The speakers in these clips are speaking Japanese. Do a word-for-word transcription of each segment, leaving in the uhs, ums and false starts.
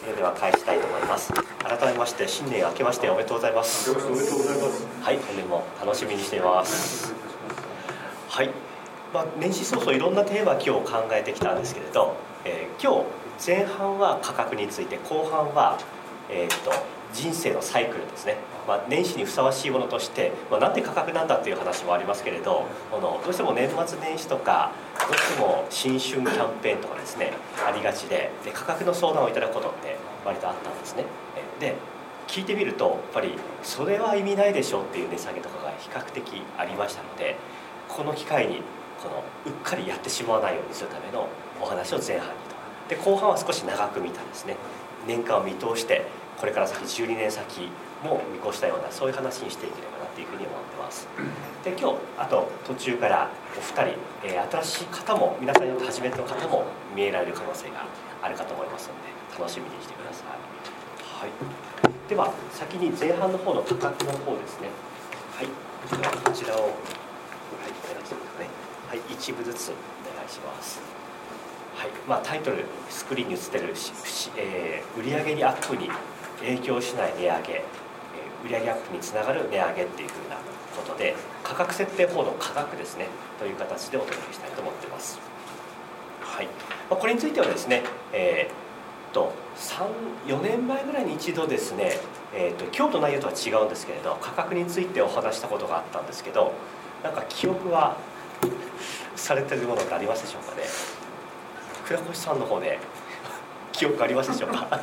それでは開始したいと思います。改めまして新年明けましておめでとうございます。 おめでとうございます。 はい、本年も楽しみにしています。はい、まあ、年始早々いろんなテーマ今日考えてきたんですけれど、えー、今日前半は価格について、後半は、えー、と人生のサイクルですね。まあ、年始にふさわしいものとして、まあ、なんで価格なんだっていう話もありますけれど、このどうしても年末年始とかどうしても新春キャンペーンとかですねありがちで、で価格の相談をいただくことって割とあったんですね。で聞いてみるとやっぱりそれは意味ないでしょっていう値下げとかが比較的ありましたので、この機会にこのうっかりやってしまわないようにするためのお話を前半にと、で後半は少し長く見たですね、年間を見通してこれから先じゅうにねん先も見越したような、そういう話にしていければなというふうに思ってます。で今日あと途中からお二人、えー、新しい方も皆さんによって初めての方も見えられる可能性があるかと思いますので楽しみにしてください。はい、では先に前半の方の価格の方ですね。はい、こちらを、はい、お願いしますね。はい、一部ずつお願いします。はい、まあ、タイトルスクリーンに映ってる、えー、売上にアップに影響しない値上げ、えー、売上アップにつながる値上げっていうふうなことで、価格設定法の価格ですねという形でお届けしたいと思っています。はい、まあ、これについてはですね、えー、とさん、よねんまえぐらいに一度ですね、えー、と今日の内容とは違うんですけれど価格についてお話したことがあったんですけど、なんか記憶はされているものってありますでしょうかね。倉越さんの方で記憶ありますでしょうか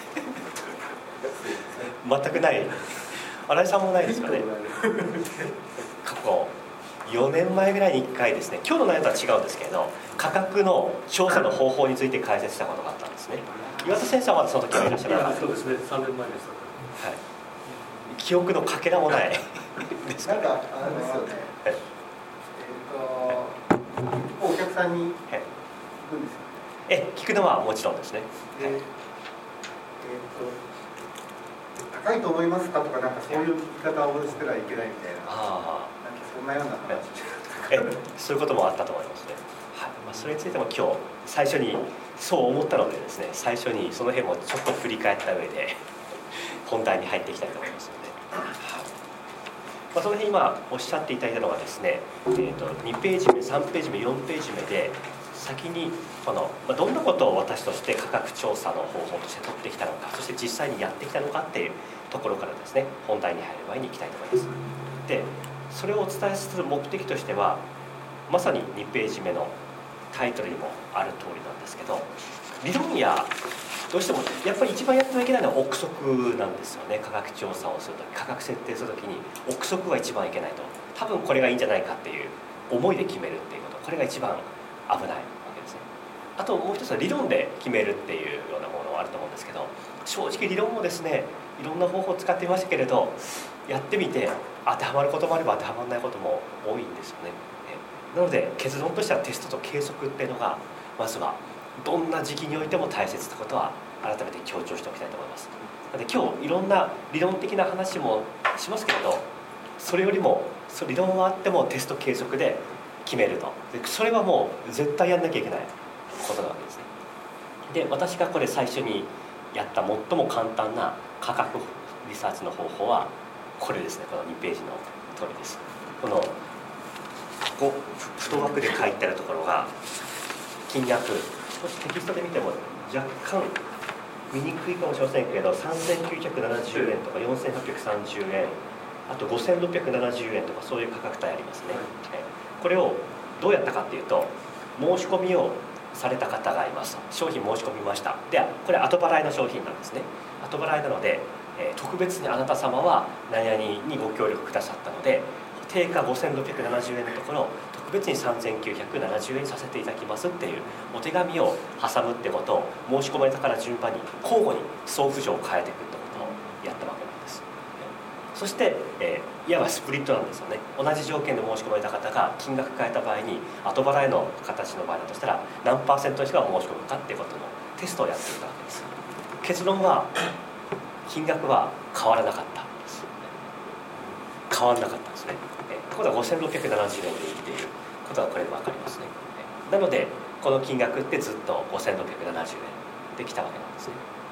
全くない。新井さんもないですかね。過去よねんまえぐらいにいっかいですね、今日の内容とは違うんですけれど価格の調査の方法について解説したことがあったんですね。岩田先生はまだその時はいらっしゃらなかった。 そうですね、さんねんまえでした。 はい、記憶のかけらもないですかね。 なんかあれですよね、えっとお客さんに聞くんですよ。 え聞くのはもちろんですね。 で、えっと高いと思いますかとか、なんかそういう聞き方をしてはいけないみたいな、 あなんかそんなような話。 えそういうこともあったと思いますね。はい、まあ、それについても今日最初にそう思ったのでですね、最初にその辺もちょっと振り返った上で本題に入っていきたいと思いますので、はい、まあ、その辺今おっしゃっていただいたのがですね、えー、とにページ目、さんページ目、よんページ目で先にこの、まあ、どんなことを私として価格調査の方法として取ってきたのか、そして実際にやってきたのかっていうところからですね本題に入る前に行きたいと思います。でそれをお伝えする目的としては、まさににページ目のタイトルにもある通りなんですけど、理論やどうしてもやっぱり一番やってはいけないのは憶測なんですよね。価格調査をするとき、価格設定するときに憶測が一番いけないと、多分これがいいんじゃないかっていう思いで決めるっていうこと、これが一番危ないわけですね。あともう一つは理論で決めるっていうようなものはあると思うんですけど、正直理論もですねいろんな方法を使っていましたけれど、やってみて当てはまることもあれば当てはまらないことも多いんですよね。なので結論としてはテストと計測っていうのがまずはどんな時期においても大切なことは改めて強調しておきたいと思います。なので今日いろんな理論的な話もしますけれど、それよりも理論はあってもテスト計測で決めると、でそれはもう絶対やんなきゃいけないことなわけですね。で私がこれ最初にやった最も簡単な価格リサーチの方法はこれですね。このにページの通りです。このここ太枠で書いてあるところが金額、少しテキストで見ても若干見にくいかもしれませんけれど、さんぜんきゅうひゃくななじゅうえんとかよんせんはっぴゃくさんじゅうえん、あとごせんろっぴゃくななじゅうえんとかそういう価格帯ありますね。これをどうやったかっていうと、申し込みをされた方がいます。商品申し込みました。でこれ後払いの商品なんですね。後払いなので、えー、特別にあなた様は何々にご協力くださったので定価ごせんろっぴゃくななじゅうえんのところ特別にさんぜんきゅうひゃくななじゅうえんにさせていただきますっていうお手紙を挟むってことを、申し込まれたから順番に交互に送付状を変えていくってことをやったわけなんです。そして、えー、いわばスプリットなんですよね。同じ条件で申し込まれた方が金額変えた場合に後払いの形の場合だとしたら何パーセントの人が申し込むかっていうことのテストをやっていたわけです。結論は金額は変わらなかったんです。変わらなかったんですね。えー、ところがごせんろっぴゃくななじゅうえんでいいっていうことはこれで分かりますね。えー、なのでこの金額ってずっとごせんろっぴゃくななじゅうえんできたわけなんですね。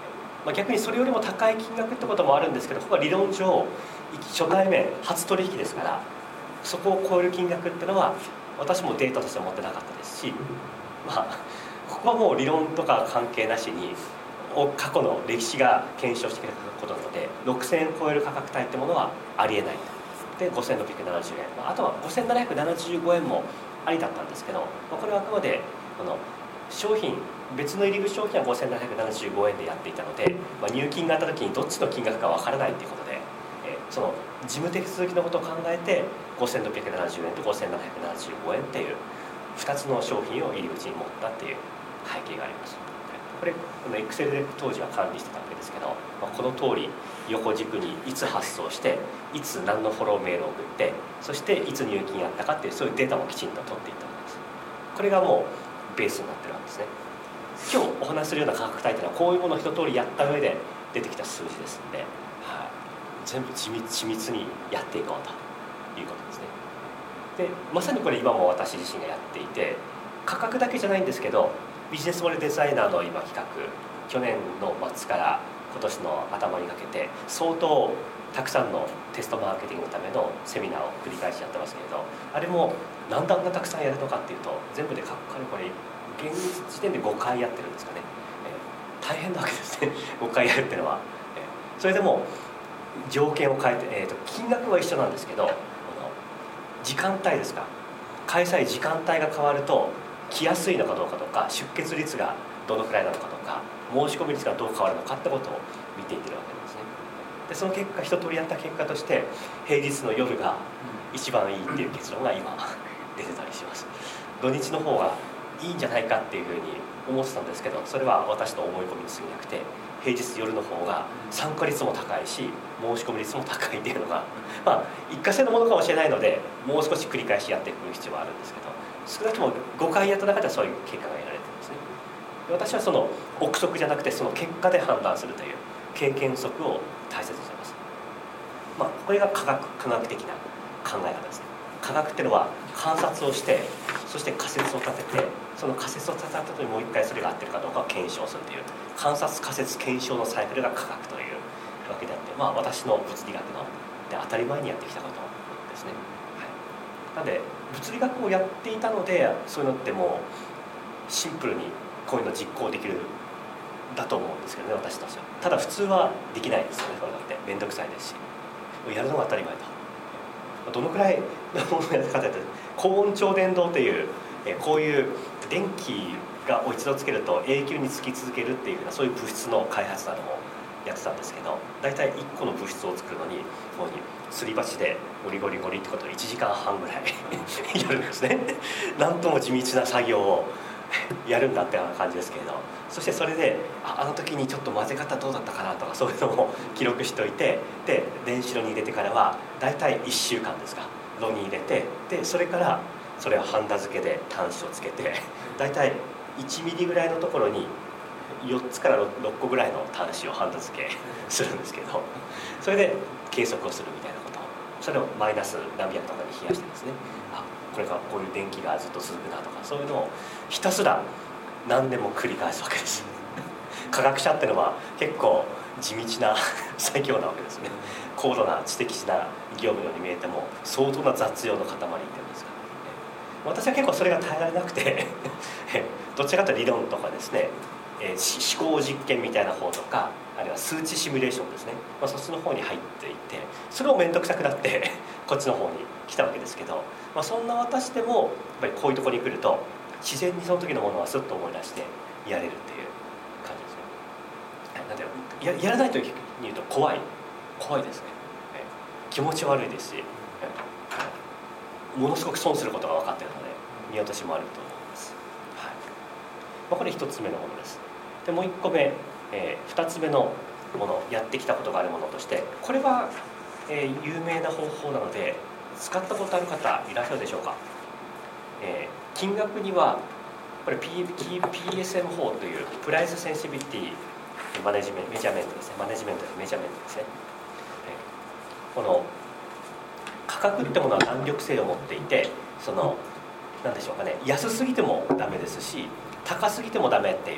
まあ、逆にそれよりも高い金額ってこともあるんですけど、ここは理論上初対面初取引ですから、そこを超える金額っていうのは私もデータとして持ってなかったですし、まあ、ここはもう理論とか関係なしに過去の歴史が検証してくれたことなので、ろくせんえん超える価格帯ってものはありえないでごせんろっぴゃくななじゅうえん、まあ、あとはごせんななひゃくななじゅうごえんもありだったんですけど、まあ、これはあくまでこの商品別の入り口商品はごせんななひゃくななじゅうごえんでやっていたので、まあ、入金があった時にどっちの金額かわからないということで、えー、その事務手続きのことを考えてごせんろっぴゃくななじゅうえんとごせんななひゃくななじゅうごえんっていうふたつの商品を入り口に持ったっていう背景があります。これこの Excel で当時は管理してたわけですけど、まあ、この通り横軸にいつ発送していつ何のフォローメールを送って、そしていつ入金やったかっていうそういうデータもきちんと取っていったわけです。これがもうベースになってるわけですね。今日お話しするような価格帯というのはこういうものを一通りやった上で出てきた数字ですので、はい、全部緻密緻密にやっていこうということですね。でまさにこれ今も私自身がやっていて、価格だけじゃないんですけど、ビジネスモデルデザイナーの今企画、去年の末から今年の頭にかけて相当たくさんのテストマーケティングのためのセミナーを繰り返しやってますけれど、あれも何であんなたくさんやるのかっていうと、全部でかっかりこれ現実時点でごかいやってるんですかね、えー、大変なわけですねごかいやるっていうのは、えー、それでも条件を変えて、えー、と金額は一緒なんですけど、この時間帯ですか、開催時間帯が変わると来やすいのかどうかとか、出血率がどのくらいなのかとか、申し込み率がどう変わるのかってことを見ていってるわけなんですね。でその結果、一通りやった結果として平日の夜が一番いいっていう結論が今出てたりします。土日の方がいいんじゃないかっていうふうに思ってたんですけど、それは私の思い込みに過ぎなくて、平日夜の方が参加率も高いし申し込み率も高いっていうのが、まあ一過性のものかもしれないので、もう少し繰り返しやっていく必要はあるんですけど、少なくともごかいやった中ではそういう結果が得られてるんですね。で私はその憶測じゃなくて、その結果で判断するという経験則を大切にしています。まあ、これが科学科学的な考え方ですね。科学っていうのは観察をして、そして仮説を立てて、その仮説を立てた後にもう一回それが合ってるかどうかを検証するという観察仮説検証のサイクルが科学というわけであって、まあ、私の物理学ので当たり前にやってきたことですね。はい、なので物理学をやっていたので、そういうのってもうシンプルにこういうの実行できるだと思うんですけどね、私たちは。ただ普通はできないですよね。これだって面倒くさいですし、やるのが当たり前と。どのくらいのものをやるかというと、高温超伝導というこういう電気がを一度つけると永久につき続けるっていうふうな、そういう物質の開発などもやってたんですけど、大体いっこの物質を作るのにこういうすり鉢でゴリゴリゴリってことをいちじかんはんぐらいやるんですね。なんとも地道な作業をやるんだってような感じですけれど、そしてそれで あ, あの時にちょっと混ぜ方どうだったかなとか、そういうのを記録しておいて、で電子炉に入れてからは大体いっしゅうかんですか、炉に入れて、でそれからそれをハンダ付けで端子をつけて、大体いちミリぐらいのところによっつからろっこぐらいの端子をハンダ付けするんですけど、それで計測をするみたいなことを、それをマイナス何百とかに冷やしてですね、あこれがこういう電気がずっと続くなとか、そういうのをひたすら何年も繰り返すわけです。科学者っていうのは結構地道な作業なわけですね。高度な知的な業務のように見えても相当な雑用の塊っていうんですか、ね、私は結構それが耐えられなくてどちらかというと理論とかですね、えー、思考実験みたいな方とか、あるいは数値シミュレーションですね、まあ、そっちの方に入っていって、それを面倒くさくなってこっちの方に来たわけですけど、まあ、そんな私でもやっぱりこういうところに来ると自然にその時のものはスッと思い出してやれるっていう感じですね。なんで や, やらないときに言うと怖い怖いですね。気持ち悪いですし、ものすごく損することが分かっているので見落としもあると思います。はい、まあ、これひとつめのものです。でもういっこめ、えー、ふたつめのもの、やってきたことがあるものとして、これは、えー、有名な方法なので使ったことある方いらっしゃるでしょうか。えー、金額にはこれ ピーエスエム 法というプライスセンシビリティマネジメントメジャーメントですね。マネジメントメジャーメントですね。この価格ってものは弾力性を持っていて、その何でしょうかね、安すぎてもダメですし高すぎてもダメっていう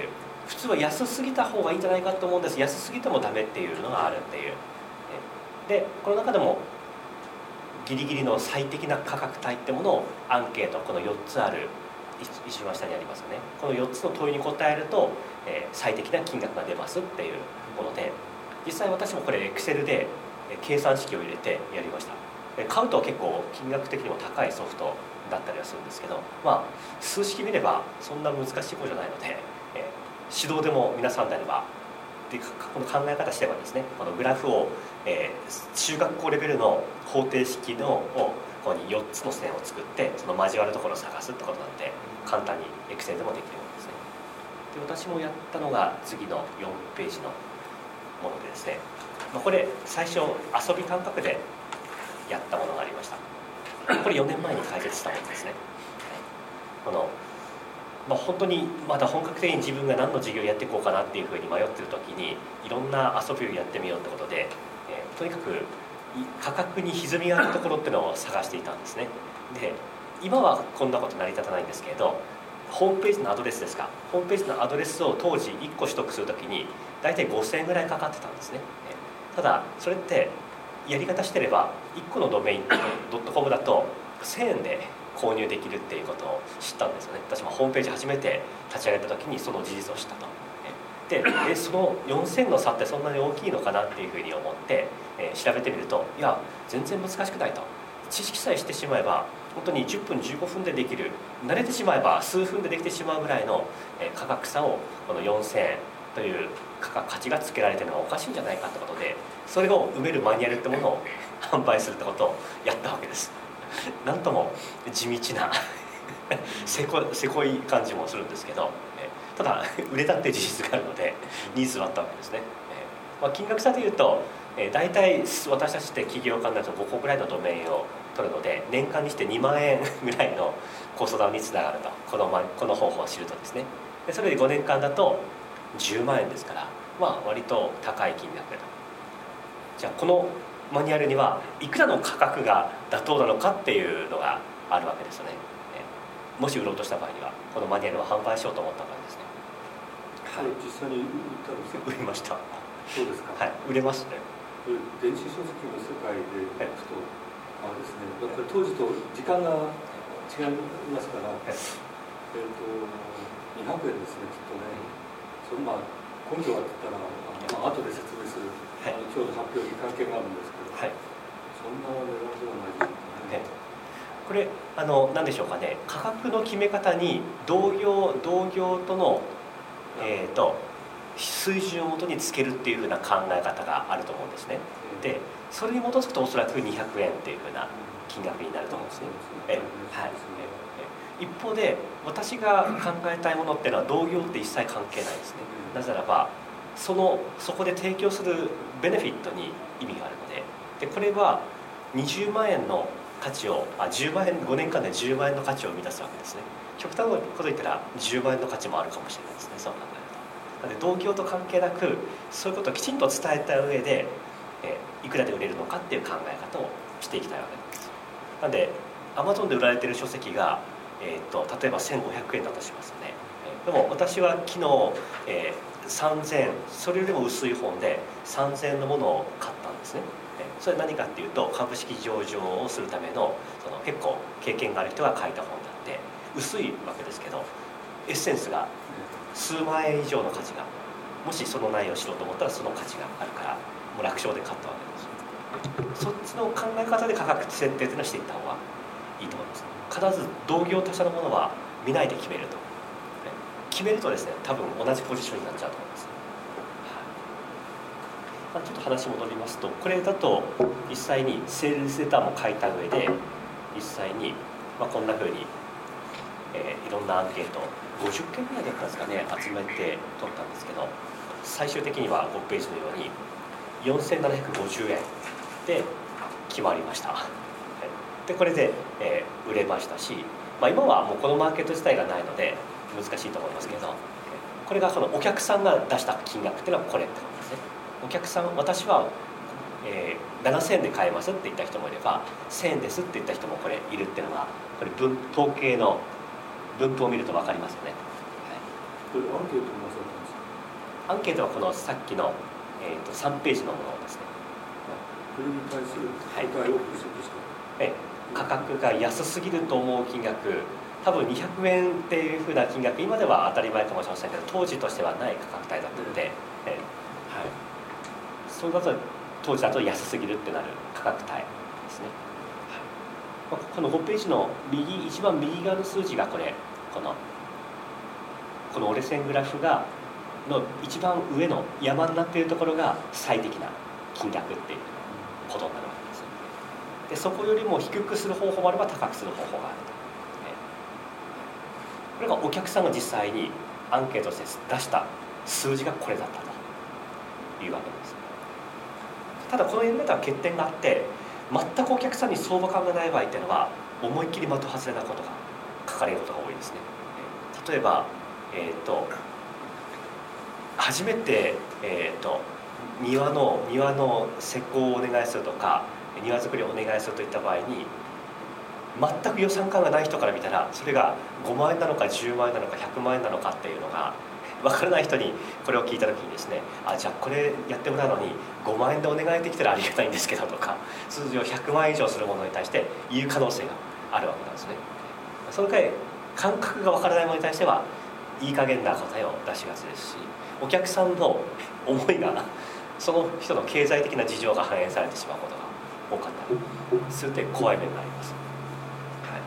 普通は安すぎた方がいいんじゃないかと思うんです。安すぎてもダメっていうのがあるっていう。でこの中でもギリギリの最適な価格帯ってものをアンケート、このよっつある一番下にありますよね。このよっつの問いに答えると、えー、最適な金額が出ますっていうもので、実際私もこれ Excel で計算式を入れてやりました。買うと結構金額的にも高いソフトだったりはするんですけど、まあ数式見ればそんな難しいことじゃないので、えー、指導でも皆さんであればでこの考え方してばですね、このグラフを、えー、中学校レベルの方程式のをここによっつの線を作ってその交わるところを探すってことなんで、簡単に Excel でもできるものですね。で私もやったのが次のよんページのものでですね、まあ、これ最初遊び感覚でやったものがありました。これよねんまえに解説したものですね。このまあ、本当にまだ本格的に自分が何の授業をやっていこうかなっていうふうに迷ってる時にいろんな遊びをやってみようってことで、えー、とにかく価格に歪みがあるところっていうのを探していたんですね。で今はこんなこと成り立たないんですけれど、ホームページのアドレスですか、ホームページのアドレスを当時いっこ取得するときに大体ごせんえんぐらいかかってたんですね。ただそれってやり方してればいっこのドメイン .com だとせんえんで購入できるっていうことを知ったんですよね。私もホームページ初めて立ち上げた時にその事実を知ったと。でえそのよんせんの差ってそんなに大きいのかなっていうふうに思って、えー、調べてみると、いや全然難しくないと。知識さえしてしまえば本当にじゅっぷんじゅうごふんでできる、慣れてしまえば数分でできてしまうぐらいの、えー、価格差をこのよんせんえんという価格価値がつけられてるのはおかしいんじゃないかってことで、それを埋めるマニュアルってものを販売するってことをやったわけです。なんとも地道なせこせこい感じもするんですけど、ただ売れたっていう事実があるのでニーズはあったわけですね。まあ、金額差でいうと大体私たちって企業間だとごこぐらいのドメインを取るので、年間にしてにまんえんぐらいのコストダウンにつながると、このこの方法を知るとですね。でそれでごねんかんだとじゅうまんえんですから、まあ割と高い金額だと。じゃあこのマニュアルにはいくらの価格が妥当なのかっていうのがあるわけですよね。もし売ろうとした場合にはこのマニュアルを販売しようと思った場合ですね。 はい、実際に売ったんですか？ 売りました。 そうですか。 はい、売れますね。 電子書籍の世界でいくと、あれですね、やっぱり当時と時間が違いますから、えっとにひゃくえんですね、きっとね。そのまあ根拠はって言ったらあの後で説明する、はい、あの今日の発表に関係があるんですけど、はい、そんな値段ではないですよね。はい、 これあの何でしょうかね、価格の決め方に同業同業との、えー、と水準をもとにつけるっていうふうな考え方があると思うんですね。でそれに基づくとおそらくにひゃくえんっていうふうな金額になると思うんですね。えはい、え一方で私が考えたいものっていうのは同業って一切関係ないですね。なぜならばそのそこで提供するベネフィットに意味があるので、でこれはにじゅうまんえんの価値をあじゅうまんえん、ごねんかんでじゅうまんえんの価値を生み出すわけですね。極端なこと言ったらじゅうまんえんの価値もあるかもしれないですね、そう考えると。なので同業と関係なくそういうことをきちんと伝えた上で、えいくらで売れるのかっていう考え方をしていきたいわけなんです。なので Amazon で売られている書籍が、えー、と例えばせんごひゃくえんだとしますよね。でも私は昨日、えー、さんぜん、それよりも薄い本でさんぜんえんのものを買ったんですね。それは何かっていうと、株式上場をするための、その結構経験がある人が書いた本であって薄いわけですけど、エッセンスが数万円以上の価値が、もしその内容を知ろうと思ったらその価値があるから、もう楽勝で買ったわけです。そっちの考え方で価格設定というのはしていった方がいいと思います。必ず同業他社のものは見ないで決めると。決めるとですね、多分同じポジションになっちゃうと思います。ちょっと話戻りますと、これだと実際にセールスレターも書いた上で実際に、まあ、こんな風に、えー、いろんなアンケートごじゅっけんぐらいだったんですかね、集めて取ったんですけど、最終的にはごページのようによんせんななひゃくごじゅうえんで決まりました。でこれで、えー、売れましたし、まあ、今はもうこのマーケット自体がないので難しいと思いますけど、これがそのお客さんが出した金額っていうのはこれってことですね。お客さん、私は、えー、ななせんえんで買えますって言った人もいればせんえんですって言った人もこれいるっていうのが、これ分統計の分布を見ると分かりますよね。 これアンケートもなさったんですか？ アンケートはこのさっきの、えー、とさんページのものですね。 これに対する答えを補足して、 はい、価格が安すぎると思う金額、多分にひゃくえんっていうふうな金額、今では当たり前かもしれませんけど、当時としてはない価格帯だったので、えーはい、そうだと当時だと安すぎるってなる価格帯ですね。はい、このごページの右一番右側の数字がこれ、このこの折れ線グラフがの一番上の山になっているところが最適な金額っていうことになるわけです。でそこよりも低くする方法もあれば高くする方法があると。これがお客さんが実際にアンケートして出した数字がこれだったというわけです。ただこのやり方は欠点があって、全くお客さんに相場感がない場合っていうのは思いっきり的外れなことが書かれることが多いですね。例えば、えーと初めて、えー、と庭の庭の施工をお願いするとか庭作りをお願いするといった場合に、全く予算感がない人から見たらそれがごまんえんなのかじゅうまんえんなのかひゃくまんえんなのかっていうのが分からない人にこれを聞いた時にですね、あじゃあこれやってもらうのにごまんえんでお願いできたらありがたいんですけどとか、通常ひゃくまんえん以上するものに対して言う可能性があるわけなんですね。その回感覚が分からないものに対してはいい加減な答えを出しがちですし、お客さんの思いがその人の経済的な事情が反映されてしまうことが多かったりすると怖い面があります。はい、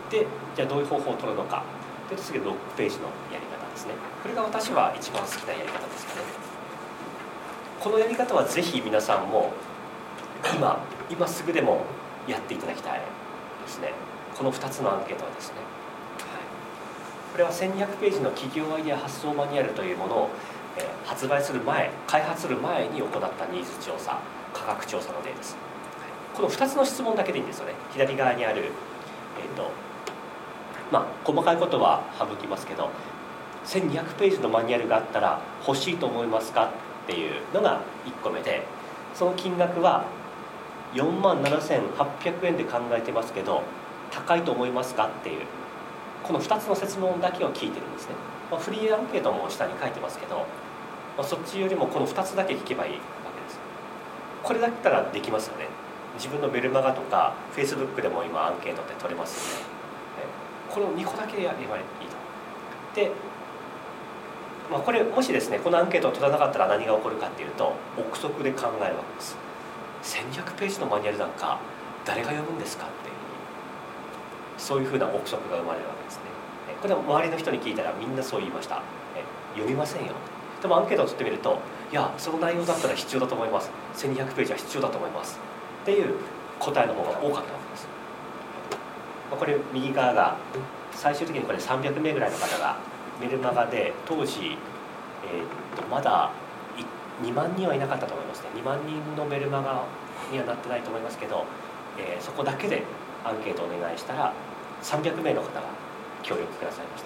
でじゃあどういう方法を取るのかで、次ろくページのやり方ですね。これが私は一番好きなやり方ですかね。このやり方はぜひ皆さんも今今すぐでもやっていただきたいですね。このふたつのアンケートはですね、これはせんにひゃくページの企業アイデア発想マニュアルというものを、えー、発売する前開発する前に行ったニーズ調査価格調査の例です。このふたつの質問だけでいいんですよね。左側にある、えーとまあ、細かいことは省きますけど、せんにひゃくページのマニュアルがあったら欲しいと思いますかっていうのがいっこめで、その金額はよんまんななせんはっぴゃくえんで考えてますけど高いと思いますかっていう、このふたつの設問だけを聞いてるんですね。まあ、フリーアンケートも下に書いてますけど、まあ、そっちよりもこのふたつだけ聞けばいいわけです。これだったらできますよね。自分のメルマガとかフェイスブックでも今アンケートって取れますよね。このにこだけやればいいと。で、まあ、これもしですねこのアンケートを取らなかったら何が起こるかっていうと、憶測で考えるわけです。せんにひゃくページのマニュアルなんか誰が読むんですかっていう、そういうふうな憶測が生まれるわけですね。これは周りの人に聞いたらみんなそう言いました。読みませんよ。でもアンケートを取ってみると、いやその内容だったら必要だと思います、せんにひゃくページは必要だと思いますっていう答えの方が多かったわけです。これ右側が最終的にこれさんびゃくめいぐらいの方がメルマガで当時、えー、とまだにまんにんはいなかったと思いますね。にまんにんのメルマガにはなってないと思いますけど、えー、そこだけでアンケートをお願いしたらさんびゃくめいの方が協力くださいました。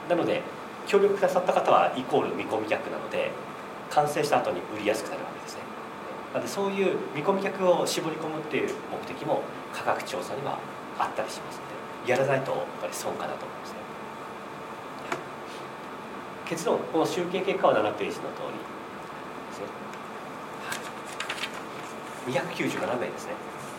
なので協力くださった方はイコール見込み客なので、完成した後に売りやすくなるわけですね。なのでそういう見込み客を絞り込むっていう目的も価格調査にはあったりしますので、やらないとやっぱり損かなと思いますね。結論、この集計結果はななページの通りですね。にひゃくきゅうじゅうななめいですね。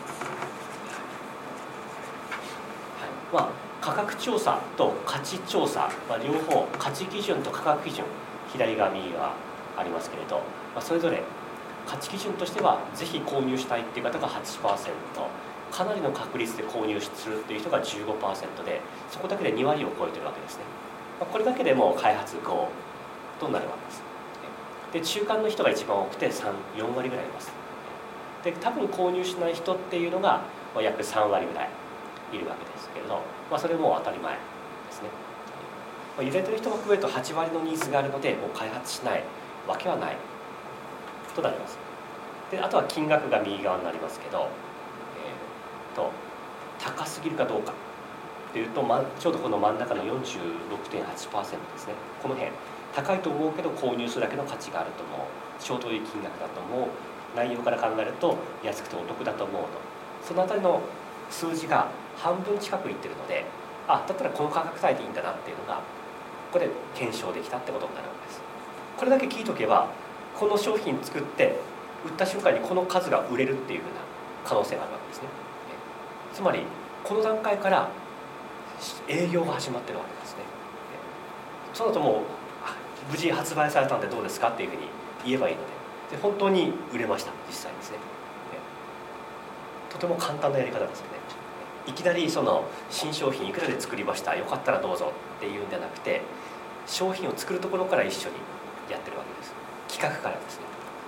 はい、まあ価格調査と価値調査、まあ、両方価値基準と価格基準、左側右側ありますけれど、まあ、それぞれ価値基準としてはぜひ購入したいっていう方が はちパーセント、かなりの確率で購入するっていう人が じゅうごパーセント で、そこだけでにわりを超えてるわけですね。まあ、これだけでもう開発ごとなるわけです。で中間の人が一番多くてさん、よんわりぐらいいます。で多分購入しない人っていうのが、まあ、約さんわりぐらいいるわけですけれど、まあ、それも当たり前ですね。まあ、揺れてる人も含めるとはちわりのニーズがあるので、もう開発しないわけはないとなります。であとは金額が右側になりますけど、えー、と高すぎるかどうかっていうと、ま、ちょうどこの真ん中の よんじゅうろくてんはちパーセント ですね。この辺高いと思うけど購入するだけの価値があると思う、ちょうどいい金額だと思う、内容から考えると安くてお得だと思うと、そのあたりの数字が半分近くいってるので、あだったらこの価格帯でいいんだなっていうのがこれ検証できたってことになるわけです。 これだけ聞いとけばこの商品作って売った瞬間にこの数が売れるっていうふうな可能性があるわけですね。つまりこの段階から営業が始まってるわけですね。その後もう無事発売されたんでどうですかっていうふうに言えばいいので、で本当に売れました。実際ですね。とても簡単なやり方ですよね。いきなりその新商品いくらで作りました、よかったらどうぞっていうんじゃなくて、商品を作るところから一緒にやってるわけです。企画からですね。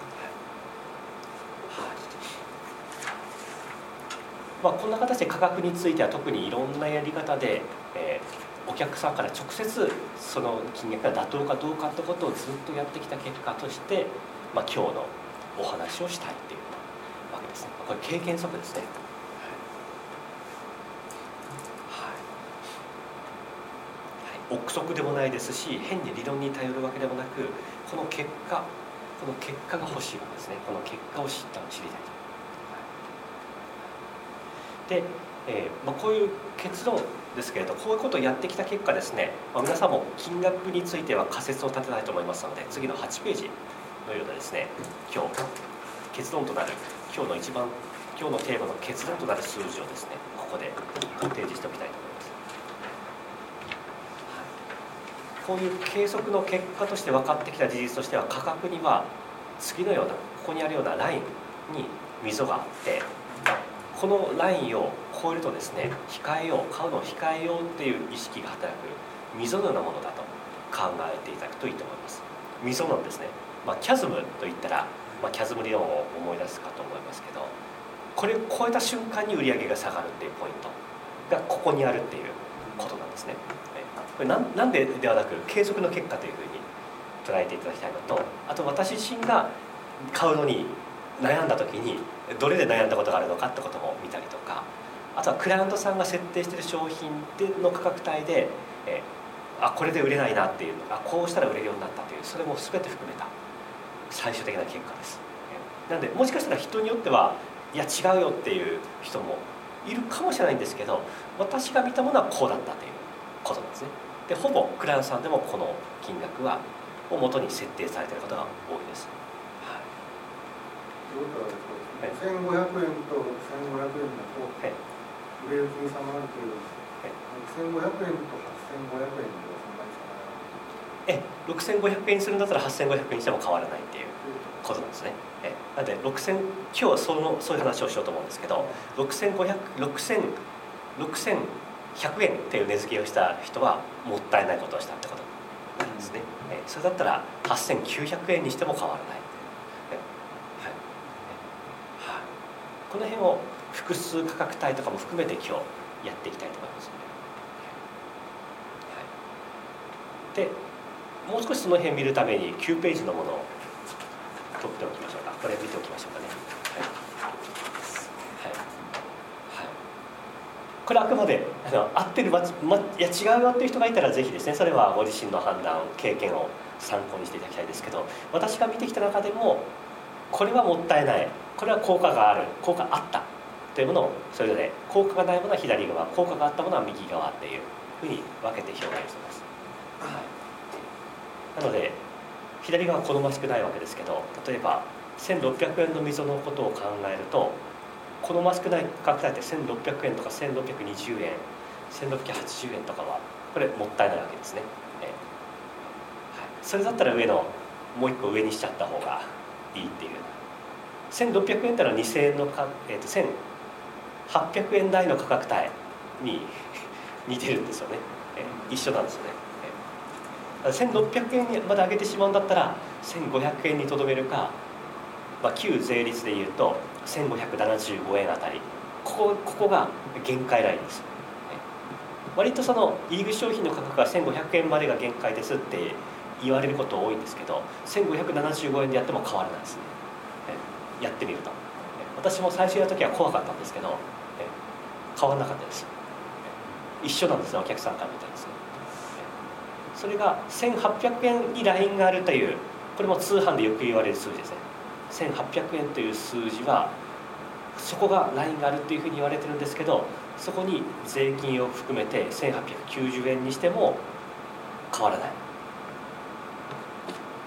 はい、まあ、こんな形で価格については特にいろんなやり方で、えー、お客さんから直接その金額が妥当かどうかってことをずっとやってきた結果として、まあ、今日のお話をしたいっていうわけですね。これ経験則ですね。憶測でもないですし、変に理論に頼るわけでもなく、この結果この結果が欲しいわけですね。この結果を知った知りたいと。で、えーまあ、こういう結論ですけれど、こういうことをやってきた結果ですね、まあ、皆さんも金額については仮説を立てたいと思いますので、次のはちページのようなですね、今日結論となる今日の一番今日のテーマの結論となる数字をですね、ここで提示しておきたいと思います。こういう計測の結果として分かってきた事実としては、価格には次のようなここにあるようなラインに溝があって、このラインを超えるとですね、控えよう買うのを控えようっていう意識が働く溝のようなものだと考えていただくといいと思います。溝なんですね。まあ、キャズムといったら、まあ、キャズム理論を思い出すかと思いますけど、これを超えた瞬間に売り上げが下がるっていうポイントがここにあるっていうことなんですね。これ な, なんでではなく計測の結果というふうに捉えていただきたいのと、あと私自身が買うのに悩んだ時にどれで悩んだことがあるのかってことも見たりとか、あとはクライアントさんが設定している商品の価格帯で、えあこれで売れないなっていうのがこうしたら売れるようになったという、それも全て含めた最終的な結果です。なのでもしかしたら人によってはいや違うよっていう人もいるかもしれないんですけど、私が見たものはこうだったということなんですね。でほぼクライアントさんでもこの金額はを元に設定されていることが多いです。はい、 せんごひゃくえんとせんごひゃくえんだと売れる金差もあるけど、せんごひゃくえんとはっせんごひゃくえんではそんなに差がない。 えろくせんごひゃくえんにするんだったらはっせんごひゃくえんにしても変わらないっていうことなんですね。えなのでろくせん今日はそのそういう話をしようと思うんですけど、ろくせんごひゃく ろくせんろくせんひゃくえんっていう値付けをした人はもったいないことをしたってことなんですね。えそれだったらはっせんきゅうひゃくえんにしても変わらない。えはいはい、この辺を複数価格帯とかも含めて今日やっていきたいと思います。はい、でもう少しその辺見るためにきゅうページのものを取っておきましょうか。これ見ておきましょうかね。これあくまであの合ってる、まま、いや違うよっていう人がいたらぜひですね、それはご自身の判断経験を参考にしていただきたいですけど、私が見てきた中でもこれはもったいない、これは効果がある、効果あったというものをそれぞれ、効果がないものは左側、効果があったものは右側っていうふうに分けて表現しています。はい、なので左側は好ましくないわけですけど、例えばせんろっぴゃくえんの溝のことを考えると、好ましくない価格帯ってせんろっぴゃくえんとかせんろっぴゃくにじゅうえん、せんろっぴゃくはちじゅうえんとかはこれもったいないわけですね。えーはい、それだったら上のもう一個上にしちゃった方がいいっていう、せんろっぴゃくえんってのはにせんえんのか、えー、とせんはっぴゃくえん台の価格帯に似てるんですよね。えー、一緒なんですよね。えー、せんろっぴゃくえんまで上げてしまうんだったらせんごひゃくえんにとどめるか、まあ、旧税率でいうとせんごひゃくななじゅうごえんあたり、ここ、ここが限界ラインです。割とその入り口商品の価格がせんごひゃくえんまでが限界ですって言われること多いんですけど、せんごひゃくななじゅうごえんでやっても変わらないですね。やってみると、私も最初やるときは怖かったんですけど変わらなかったです。一緒なんですね、お客さんから見たらですね。それがせんはっぴゃくえんにラインがあるという、これも通販でよく言われる数字ですね。せんはっぴゃくえんという数字はそこがラインがあるっていうふうに言われてるんですけど、そこに税金を含めてせんはっぴゃくきゅうじゅうえんにしても変わらない。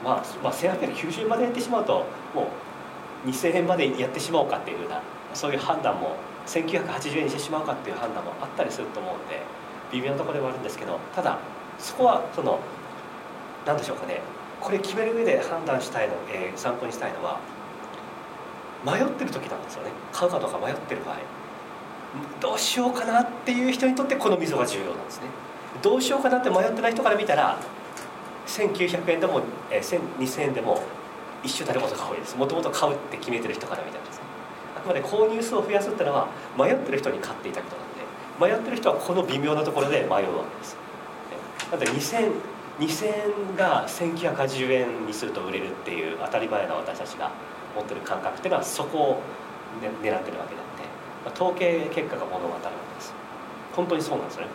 まあ、まあ、せんはっぴゃくきゅうじゅうえんまでやってしまうともうにせんえんまでやってしまおうかっていうふうなそういう判断もせんきゅうひゃくはちじゅうえんにしてしまうかっていう判断もあったりすると思うんで微妙なところではあるんですけど、ただそこはその何でしょうかね、これ決める上で判断したいの、えー、参考にしたいのは迷ってる時なんですよね。買うかどうか迷ってる場合、どうしようかなっていう人にとってこの溝が重要なんですね。どうしようかなって迷ってない人から見たらせんきゅうひゃくえんでも、えー、にせんえんでも一緒になることが多いです。もともと買うって決めてる人から見たらですね、あくまで購入数を増やすっていうのは迷ってる人に買っていただくことなんで、迷ってる人はこの微妙なところで迷うわけです。なのでにせんえんがせんきゅうひゃくはちじゅうえんにすると売れるっていう当たり前な私たちが持ってる感覚っていうのはそこを、ね、狙ってるわけであって、まあ、統計結果が物語るわけです。本当にそうなんですね、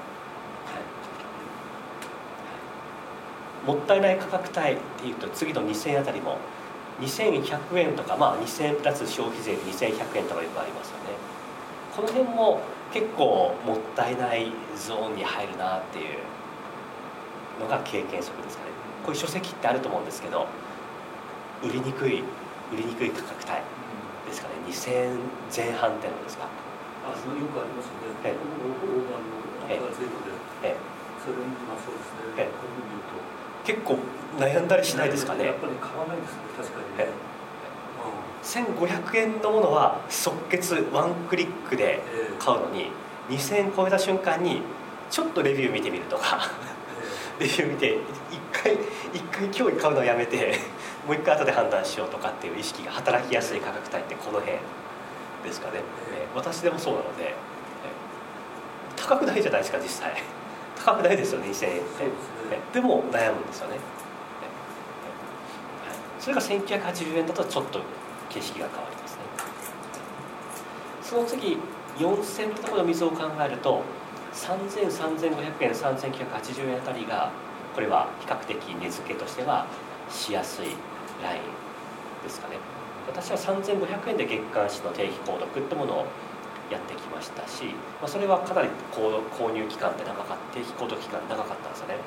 はい、もったいない価格帯っていうと次のにせんえんあたりもにせんひゃくえんとか、まあ、にせんえんプラス消費税でにせんひゃくえんとかよくありますよね。この辺も結構もったいないゾーンに入るなっていうのが経験則ですかね。こういう書籍ってあると思うんですけど、売りにくい売りにくい価格帯ですかね、にせんえんぜん半ってのですか。 あ、そのよくありますよね。 ええ、 大盤のアンカーツイートで、ええ、それまあそうですね。ええ、こういうふうに言うと結構悩んだりしないですかね。 やっぱり買わないですね、確かにね。ええ、 せんごひゃくえんのものは即決ワンクリックで買うのに、にせんえん超えた瞬間にちょっとレビュー見てみるとかレビュー見て一回一回今日買うのをやめてもう一回後で判断しようとかっていう意識が働きやすい価格帯ってこの辺ですかね。えー、私でもそうなので、えー、高くないじゃないですか実際高くないですよねにせんえんって。そうですね。えー、でも悩むんですよね。えー、はい、それがせんきゅうひゃくはちじゅうえんだとちょっと景色が変わりますね。その次よんせんえんのところの溝を考えるとさんぜん、さんぜんごひゃくえん、さんぜんきゅうひゃくはちじゅうえんあたりがこれは比較的値付けとしてはしやすいラインですかね。私はさんぜんごひゃくえんで月刊誌の定期購読ってものをやってきましたし、まあ、それはかなり購入期間って長かった定期購読期間長かったんですよね。はい、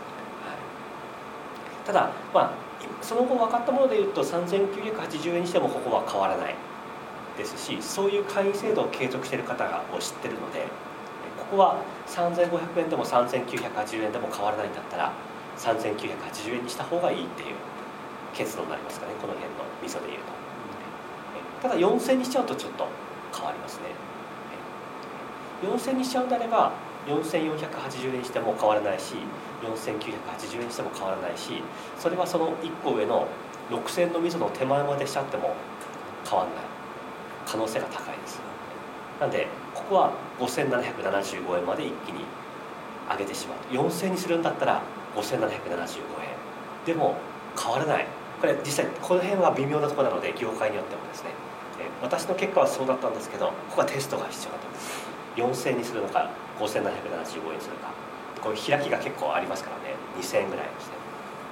ただ、まあ、その後分かったものでいうとさんぜんきゅうひゃくはちじゅうえんにしてもここは変わらないですし、そういう会員制度を継続している方がを知ってるので、ここはさんぜんごひゃくえんでもさんぜんきゅうひゃくはちじゅうえんでも変わらないんだったらさんぜんきゅうひゃくはちじゅうえんにした方がいいっていう結論になりますかね、この辺の溝でいうと。ただよんせんにしちゃうとちょっと変わりますね。よんせんにしちゃうんであればよんせんよんひゃくはちじゅうえんにしても変わらないし、よんせんきゅうひゃくはちじゅうえんにしても変わらないし、それはそのいっこ上のろくせんの溝の手前までしちゃっても変わらない可能性が高いです。なんでここはごせんななひゃくななじゅうごえんまで一気に上げてしまう。よんせんにするんだったらごせんななひゃくななじゅうごえんでも変わらない。これ実際この辺は微妙なところなので業界によってもですね、私の結果はそうだったんですけど、ここはテストが必要だと思います。よんせんにするのかごせんななひゃくななじゅうごえんにするか、こういう開きが結構ありますからね。にせんえんぐらいですね。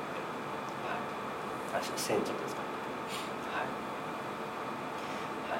はい、せんちょっとですか。はい、はい、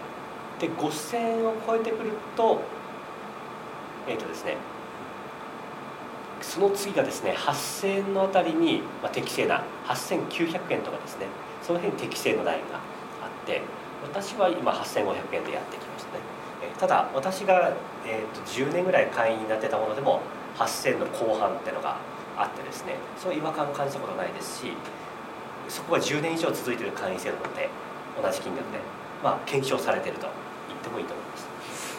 でごせんえんを超えてくるとえっ、ー、とですねその次がですねはっせんえんのあたりに、まあ、適正なはっせんきゅうひゃくえんとかですね、その辺に適正のラインがあって、私は今はっせんごひゃくえんでやってきましたね。えー、ただ私が、えー、とじゅうねんぐらい会員になってたものでもはっせんの後半っていうのがあってですね、そういう違和感を感じたことないですし、そこがじゅうねん以上続いている会員制なので同じ金額で、まあ、検証されていると言ってもいいと思います。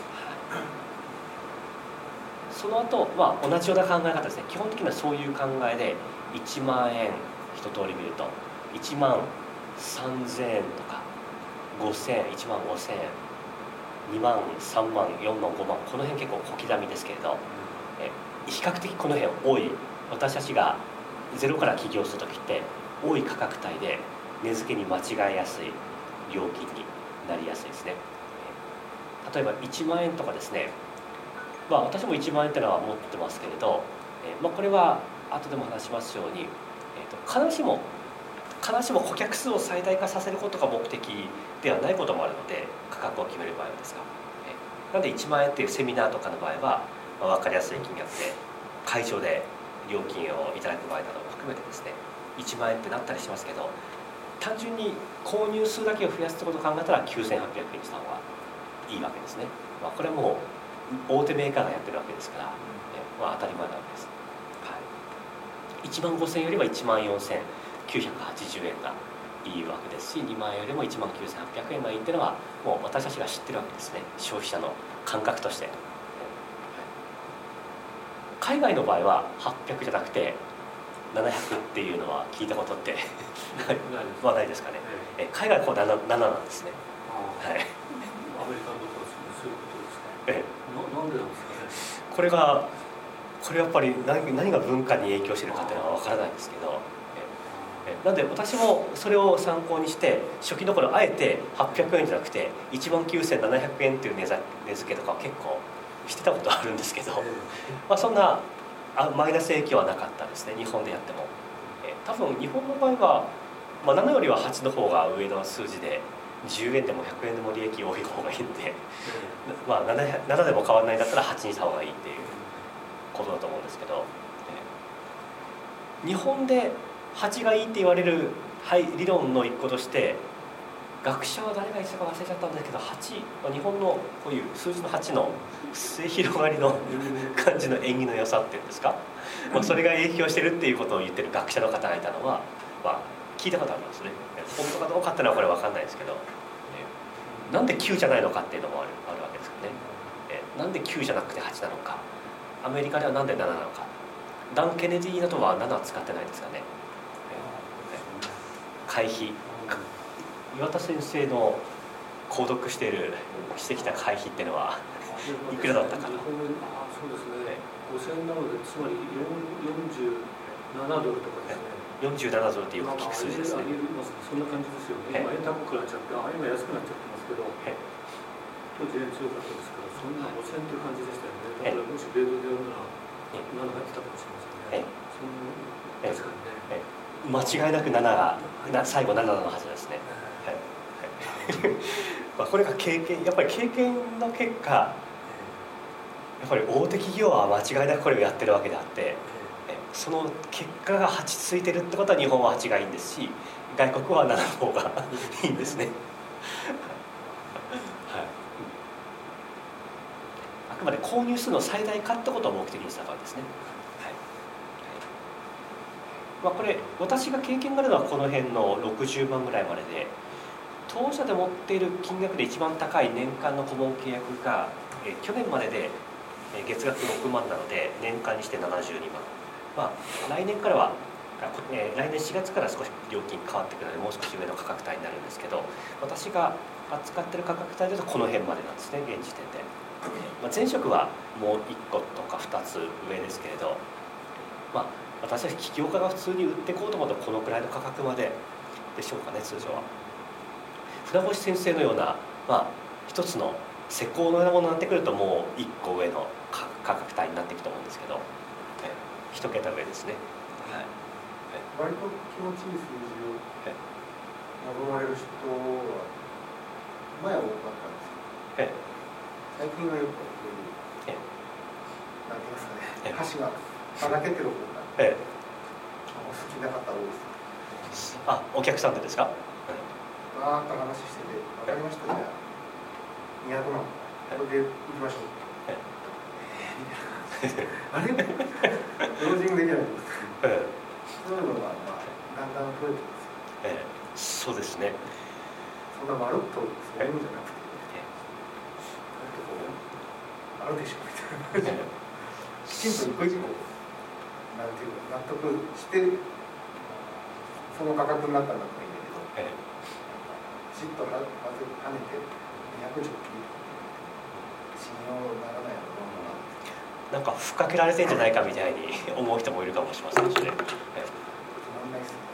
その後、まあ、同じような考え方ですね。基本的にはそういう考えでいちまんえん一通り見るといちまんさんぜんえんとかごせんえん、いちまんごせんえん、にまん、さんまん、よんまん、ごまん、この辺結構小刻みですけれど、え比較的この辺多い、私たちがゼロから起業する時って多い価格帯で値付けに間違えやすい料金になりやすいですね。例えばいちまんえんとかですね、まあ、私もいちまんえんっていうのは持ってますけれど、えーまあ、これは後でも話しますように、えー、と必ずしも必ずしも顧客数を最大化させることが目的ではないこともあるので、価格を決める場合はですが、えー、なのでいちまんえんっていうセミナーとかの場合は、まあ、分かりやすい金額で会場で料金をいただく場合なども含めてですね、 いちまんえんってなったりしますけど、単純に購入数だけを増やすってことを考えたらきゅうせんはっぴゃくえんにした方がいいわけですね。まあ、これはもう大手メーカーがやってるわけですから、ね、まあ、当たり前なわけです。はい、いちまんごせんえんよりはいちまんよんせんきゅうひゃくはちじゅうえんがいいわけですし、にまんえんよりもいちまんきゅうせんはっぴゃくえんがいいっていうのはもう私たちが知ってるわけですね、消費者の感覚として。海外の場合ははっぴゃくじゃなくてななひゃくっていうのは聞いたことってはないですかね。え海外はこう なな, なななんですね。はい、アメリカンとかそういうことですか。ええ、な, なんでなんですかね。 これがこれやっぱり 何, 何が文化に影響しているかっていうのは分からないんですけど、ええなんで私もそれを参考にして初期の頃あえてはっぴゃくえんじゃなくていちまんきゅうせんななひゃくえんっていう値付けとか結構してたことあるんですけど、まあ、そんなあマイナス影響はなかったですね、日本でやっても。え多分日本の場合は、まあ、ななよりははちの方が上の数字でじゅうえんでもひゃくえんでも利益多い方がいいんで、まあ、なな, ななでも変わらないんだったらはちにした方がいいっていうことだと思うんですけど、え日本ではちがいいって言われる、はい、理論の一個として学者は誰が言ってたか忘れちゃったんですけど、はち、日本のこういう数字のはちの末広がりの感じの縁起の良さっていうんですか、まあ、それが影響してるっていうことを言ってる学者の方がいたのは、まあ、聞いたことありますね。本当かどうかっていうのはこれ分かんないですけど、えなんできゅうじゃないのかっていうのもある、あるわけですよね。えなんできゅうじゃなくてはちなのか、アメリカではなんでなななのか、ダン・ケネディなどはななは使ってないですかね。え会費、岩田先生の購読しているしてきた会費っていうのはいくらだったかな。 あそうですね、ごせんえんなのでつまりよんじゅうななドルとかですね。 よんじゅうななドルってよく聞く数字ですね。 そんな感じですよね。今円高くなっちゃって、あ今安くなっちゃってますけど、当時円強かったですから、そんなごせんえんという感じでしたよね。だからもし米ドルで読んだらなな入ってたかもしれませんね。そんな確かにね。 間違いなくななが最後ななのはずですね。まあこれが経験、やっぱり経験の結果、やっぱり大手企業は間違いなくこれをやってるわけであって、その結果がはちついてるってことは日本ははちがいいんですし、外国はななの方がいいんですね。はい、あくまで購入数の最大化ってことを目的にしたわけですね。はいまあ、これ私が経験があるのはこの辺のろくじゅうまんぐらいまでで、当社で持っている金額で一番高い年間の顧問契約が、え去年までで月額ろくまんなので年間にしてななじゅうにまん、まあ、来年からは、えー、来年しがつから少し料金変わってくるのでもう少し上の価格帯になるんですけど、私が扱ってる価格帯だとこの辺までなんですね、現時点で。まあ、前職はもういっことかふたつ上ですけれど、まあ、私たち起業家が普通に売っていこうと思うとこのくらいの価格まででしょうかね、通常は。船越先生のような、まあ、一つの施工のようなものになってくるともういっこ上の価格帯になっていくと思うんですけど、え一桁上ですね。はい、 割と気持ちいい数字を望まれる人は前は多かったんですけど、最近はよくこういう何て言いますかね、歌詞がばらけてる方がええ好きな方多いです。 あ、お客さんでですか？ わーっと話してて、分かりました、じゃあにひゃくまんこれでいきましょう、ええー、みたいな感じであれクロージングできないんですか、ええ、そういうのが、まあ、だんだん増えてますよ、ええ、 そうですね。 そんなまるっとそういうんじゃなくて、ええ、こうあるでしょみたいな、ええ、きちんと一個一個なんていうか納得してその価格になったんだといいんだけど、ええ、きちっとまず跳ねてにひゃくじょう切り信用ならないのものなんかふっかけられてんじゃないかみたいに思う人もいるかもしれませんしね。ええ、 つまんないですね。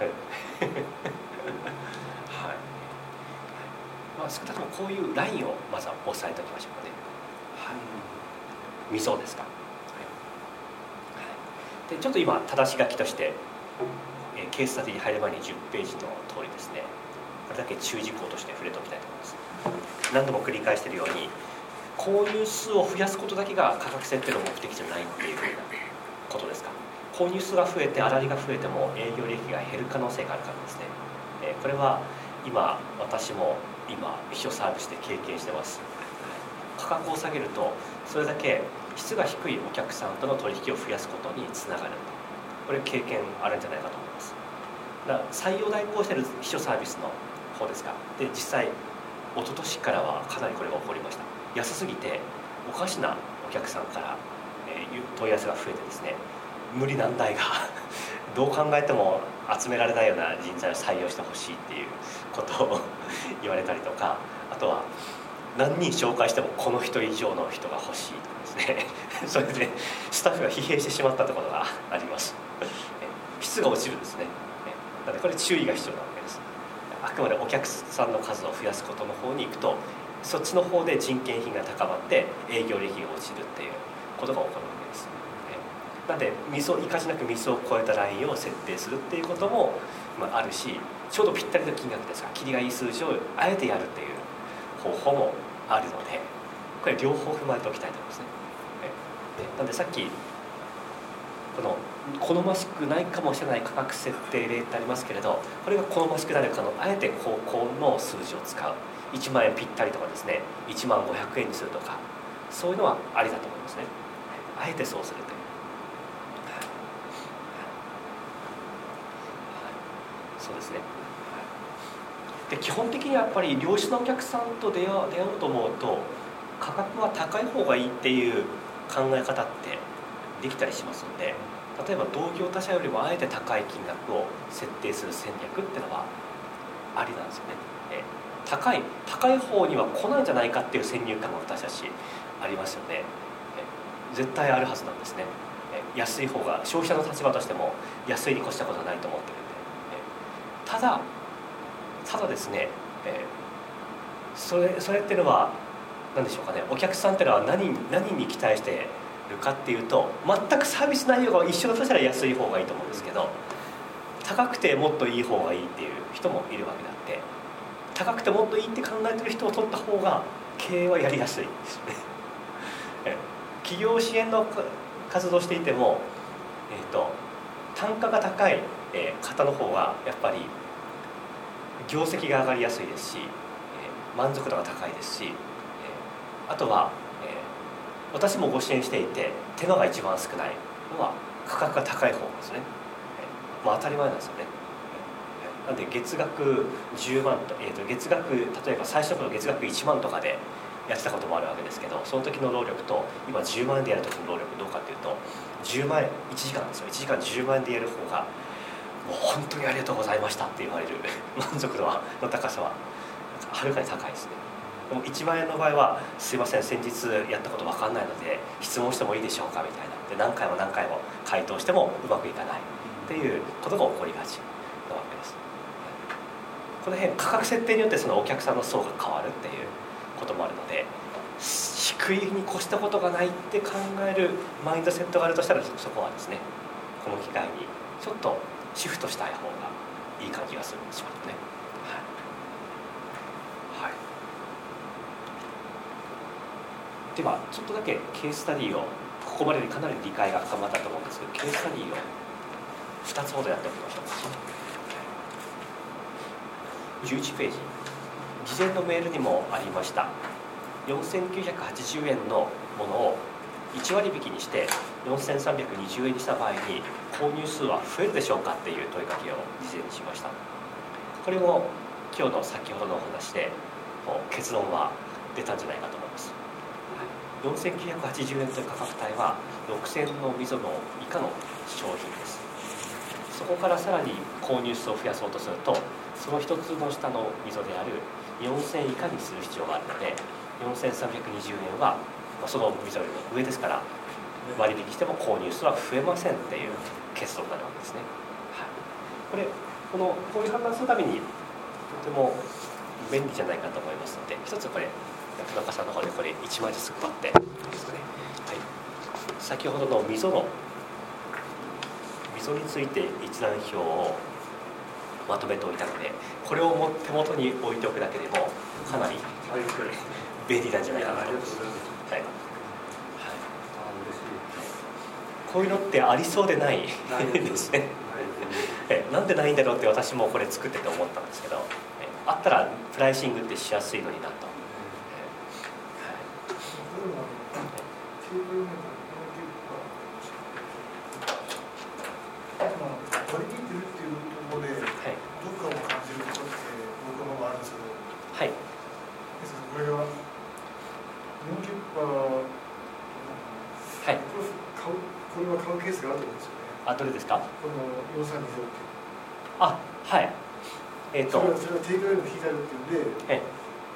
はい。まあ少なくともこういうラインをまずは押さえておきましょうかね。はい。見そうですか。はい。でちょっと今正し書きとして、えー、ケーススタディに入る前にじゅっページの通りですね。これだけ注意事項として触れておきたいと思います。何度も繰り返しているように、購入数を増やすことだけが価格設定の目的じゃないっていうふうなことですか。 購入数が増えて粗利が増えても営業利益が減る可能性があるからですね。えー、これは今私も今秘書サービスで経験してます。価格を下げるとそれだけ質が低いお客さんとの取引を増やすことにつながる。これ経験あるんじゃないかと思います。だから採用代行している秘書サービスの方ですか。で実際一昨年からはかなりこれが起こりました。安すぎておかしなお客さんから、えー、問い合わせが増えてですね、無理難題がどう考えても集められないような人材を採用してほしいっていうことを言われたりとか、あとは何人紹介してもこの人以上の人が欲しいとかですねそれでスタッフが疲弊してしまったところがあります。質が落ちるですね。なのでこれ注意が必要なわけです。あくまでお客さんの数を増やすことの方に行くと、そっちの方で人件費が高まって営業利益が落ちるっていうことが起こるわけです。なので溝いかしなく溝を越えたラインを設定するっていうことも、まあ、あるし、ちょうどぴったりの金額ですが切りがいい数字をあえてやるっていう方法もあるので、これ両方踏まえておきたいと思いますね。なのでさっきこの好ましくないかもしれない価格設定例ってありますけれど、これが好ましくなる可能、あえて高校の数字を使う、いちまんえんぴったりとかですね、いちまんごひゃくえんにするとか、そういうのはありだと思いますね。あえてそうするという、そうですね。で基本的にはやっぱり良質なお客さんと出会う、出会おうと思うと価格は高い方がいいっていう考え方ってできたりしますので、例えば同業他社よりもあえて高い金額を設定する戦略っていうのはありなんですよね。え高い高い方には来ないんじゃないかっていう先入観が私たちありますよね。え絶対あるはずなんですね。え安い方が消費者の立場としても安いに越したことはないと思ってるんで、えただただですね、えそれそれっていうのは何でしょうかね、お客さんっていうのは何何に期待してるかっていうと、全くサービス内容が一緒だとしたら安い方がいいと思うんですけど、高くてもっといい方がいいっていう人もいるわけであって、高くてもっといいって考えてる人を取った方が経営はやりやすいですね企業支援の活動をしていても、えーと、単価が高い方の方がやっぱり業績が上がりやすいですし、満足度が高いですし、あとは私もご支援していて手間が一番少ないのは価格が高い方ですね。まあ当たり前なんですよね。なんで月額じゅうまんと、えー、と月額例えば最初の月額いちまんとかでやってたこともあるわけですけど、その時の労力と今じゅうまんえんでやる時の労力どうかっていうと、じゅうまんえんいちじかんですよ、いちじかんじゅうまんえんでやる方がもう本当にありがとうございましたって言われる満足度の高さははるかに高いですね。でもいちまんえんの場合はすいません先日やったこと分かんないので質問してもいいでしょうかみたいなで、何回も何回も回答してもうまくいかないっていうことが起こりがちなわけです。この辺価格設定によってそのお客さんの層が変わるっていうこともあるので、低いに越したことがないって考えるマインドセットがあるとしたら、そこはですねこの機会にちょっとシフトしたい方がいい感じがするんですよね。はい、はい、ではちょっとだけケーススタディをここまででかなり理解が深まったと思うんですけど、ケーススタディをふたつほどやっておきましょう。じゅういちページ、事前のメールにもありましたよんせんきゅうひゃくはちじゅうえんのものをいち割引にしてよんせんさんびゃくにじゅうえんにした場合に購入数は増えるでしょうかっていう問いかけを事前にしました。これも今日の先ほどのお話で結論は出たんじゃないかと思います。よんせんきゅうひゃくはちじゅうえんという価格帯はろくせんの溝の以下の商品です。そこからさらに購入数を増やそうとすると、その一つの下の溝であるよんせん以下にする必要があるので、よんせんさんびゃくにじゅうえんはその溝よりも上ですから、割引しても購入数は増えませんっていう結論になるわけですね。はい、これこのこういう判断するためにとても便利じゃないかと思いますので、一つこれ田中さんの方でこれいちまいずつ配ってですね、はい、先ほどの溝の溝について一覧表をまとめておいたので、これをも手元に置いておくだけでもかなり便利なんじゃないかなと思います。はい、 こういうのってありそうでないですね。えなんでないんだろうって私もこれ作ってて思ったんですけど、えあったらプライシングってしやすいのになと。 割り切ってるっていうところで、どっかを感じることって僕のもあるんですけど、 はい、 これは日本キュッパー、 はい、 これは買うケースがあると思うんですよね。 あ、どれですか？ このよんさんにゼロっていう。 あ、はい。えっ、ー、と、 それは定価よりも引いてあるっていうんで、 ええ、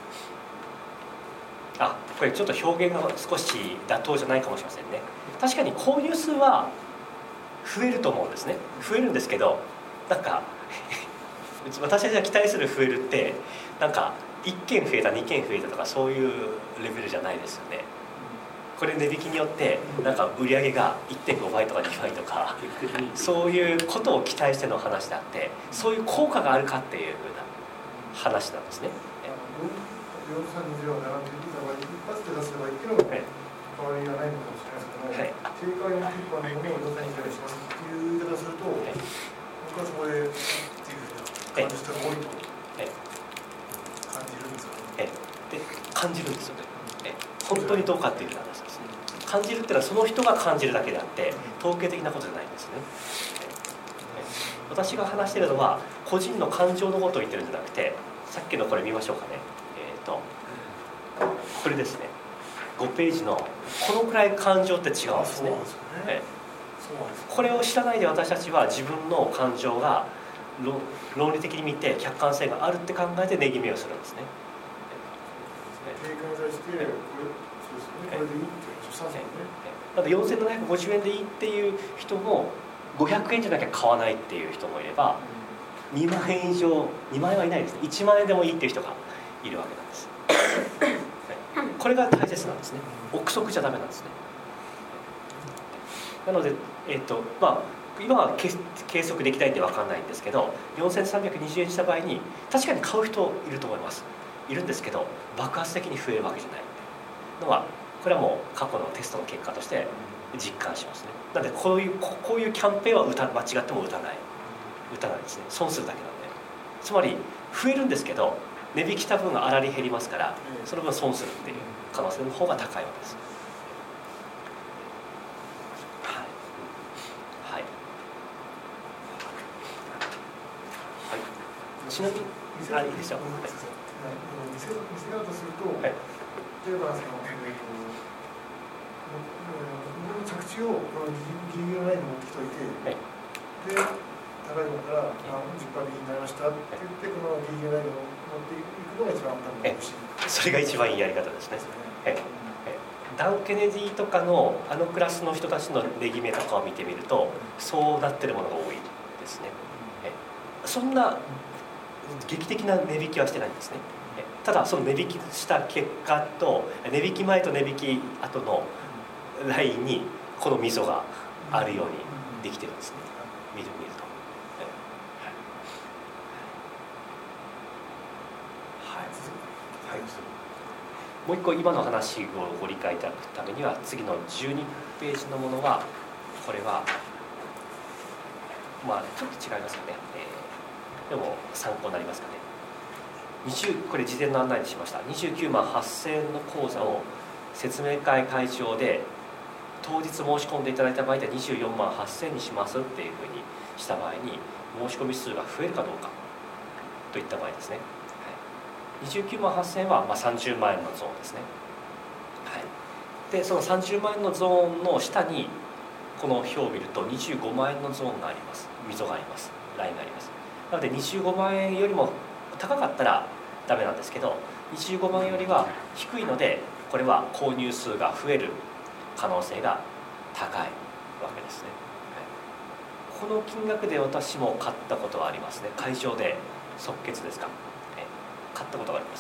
あ、これちょっと表現が少し妥当じゃないかもしれませんね。確かに購入数は増えると思うんですね。増えるんですけど、なんか私たちが期待する増えるってなんかいっけん増えたにけん増えたとかそういうレベルじゃないですよね。これ値引きによってなんか売り上げが いってんご 倍とかにばいとかそういうことを期待しての話であって、そういう効果があるかっていうふうな話なんですね。 よんさんにゼロが並んでいた場合、一発で出せばいいけど変わりがないのかもしれないですけど、定価よんキュッパーのものをよんさんにゼロにしますっていう言い方をすると、はい、僕はそこでっていうふうな感じ人が多いと感じるんですかね。 で感じるんですよね。本当にどうかっていう話ですね。感じるっていうのはその人が感じるだけであって統計的なことじゃないんですね。私が話しているのは個人の感情のことを言ってるんじゃなくて、さっきのこれ見ましょうかね。えーとこれですね、ごページのこのくらい感情って違うんですね。これを知らないで私たちは自分の感情が論理的に見て客観性があるって考えて値決めをするんですね。 定価に対してこれ、そうですね、これでいいって言ったんですよね。 だってよんせんななひゃくごじゅうえんでいいっていう人もごひゃくえんじゃなきゃ買わないっていう人もいれば、にまんえん以上、にまんえんはいないですね、いちまんえんでもいいっていう人がいるわけなんです。これが大切なんですね。憶測じゃダメなんですね。なので、えーとまあ、今は計測できないんで分かんないんですけど、よんせんさんびゃくにじゅうえんした場合に確かに買う人いると思います。いるんですけど爆発的に増えるわけじゃないのは、これはもう過去のテストの結果として実感しますね。なのでこういうこういうキャンペーンは打た間違っても打たない打たないですね。損するだけなんで。つまり増えるんですけど値引きした分が粗利減りますから、その分損するっていう可能性の方が高いわけです。はいはいはい。ちなみにあいいですよ。 見せ方とすると、はい、例えばその、えー、の着地をこのギリギリのラインに持ってきておいて、はい、で高いのから、はい、じゅっパーセント引きになりましたって言って、このギリギリのラインを持っていくのが一番多分欲しい。 それが一番いいやり方ですね。はいはい、ダン・ケネディとかのあのクラスの人たちの値決めとかを見てみると、そうなってるものが多いですね。はい、そんな劇的な値引きはしてないんですね。ただその値引きした結果と値引き前と値引き後のラインにこの溝があるようにできてるんですね。見る見ると、はいはいはい、もう一個今の話をご理解いただくためには次のじゅうにページのものはこれはまあちょっと違いますよね。えー、でも参考になりますかね。にじゅうこれ事前の案内にしました。にじゅうきゅうまんはっせんえんの口座を説明会会場で当日申し込んでいただいた場合でにじゅうよんまんはっせんえんにしますっていうふうにした場合に申し込み数が増えるかどうかといった場合ですね。はい、にじゅうきゅうまんはっせんえんはまあさんじゅうまんえんのゾーンですね。はい、でそのさんじゅうまんえんのゾーンの下にこの表を見るとにじゅうごまんえんのゾーンがあります。溝があります。ラインがあります。なのでにじゅうごまんえんよりも高かったらダメなんですけど、にじゅうごまんえんよりは低いのでこれは購入数が増える可能性が高いわけですね。はい、この金額で私も買ったことはありますね。会場で即決ですか、え買ったことがあります。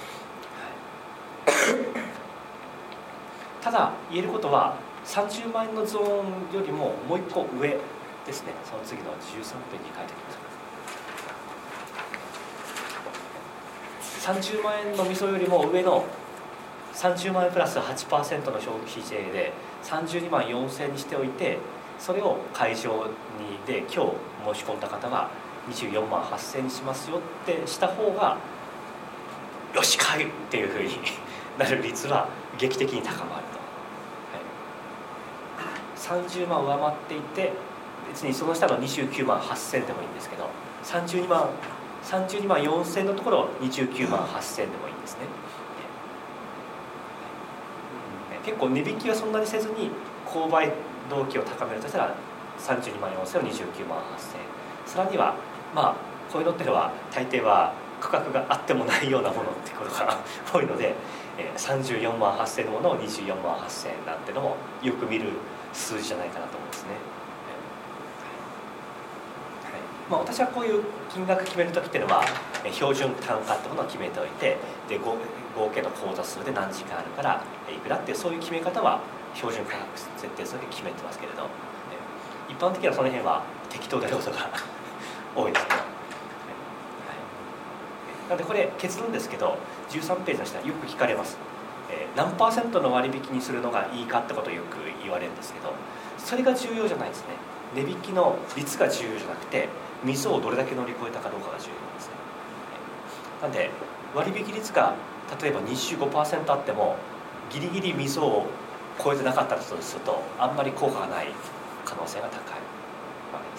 はいはい、ただ言えることはさんじゅうまんえんのゾーンよりももう一個上ですね。その次のじゅうさんページに書いてあります。さんじゅうまんえんの溝よりも上のさんじゅうまんえんプラス はちパーセント の消費税でさんじゅうにまんよんせんにしておいて、それを会場にで今日申し込んだ方はにじゅうよんまんはっせんにしますよってした方が、よし買いっていうふうになる率は劇的に高まると、はい、さんじゅうまん上回っていて、別にその下のにじゅうきゅうまんはっせんでもいいんですけど、さんじゅうにまんさんじゅうにまんよんせんのところにじゅうきゅうまんはっせんでもいいんですね。結構値引きはそんなにせずに購買動機を高めるとしたらさんじゅうにまんよんせんをにじゅうきゅうまんはっせん、さらにはまあこういうのってのは大抵は価格があってもないようなものってことが多いので、さんじゅうよんまんはっせんのものをにじゅうよんまんはっせんなんてのもよく見る数字じゃないかなと思うんですね。はい、まあ、私はこういう金額決めるときっていうのは標準単価ってものを決めておいて、で 合, 合計の口座数で何時間あるからいくらっていう、そういう決め方は標準価格設定するだけ決めてますけれど、一般的にはその辺は適当であることが多いですね。なのでこれ結論ですけど、じゅうさんページの下よく聞かれます、えー、何パーセントの割引にするのがいいかってことをよく言われるんですけど、それが重要じゃないですね。値引きの率が重要じゃなくて、溝をどれだけ乗り越えたかどうかが重要なんですね。なんで割引率が例えば にじゅうごパーセント あっても、ギリギリ溝を超えてなかったとすると、あんまり効果がない可能性が高いわけです。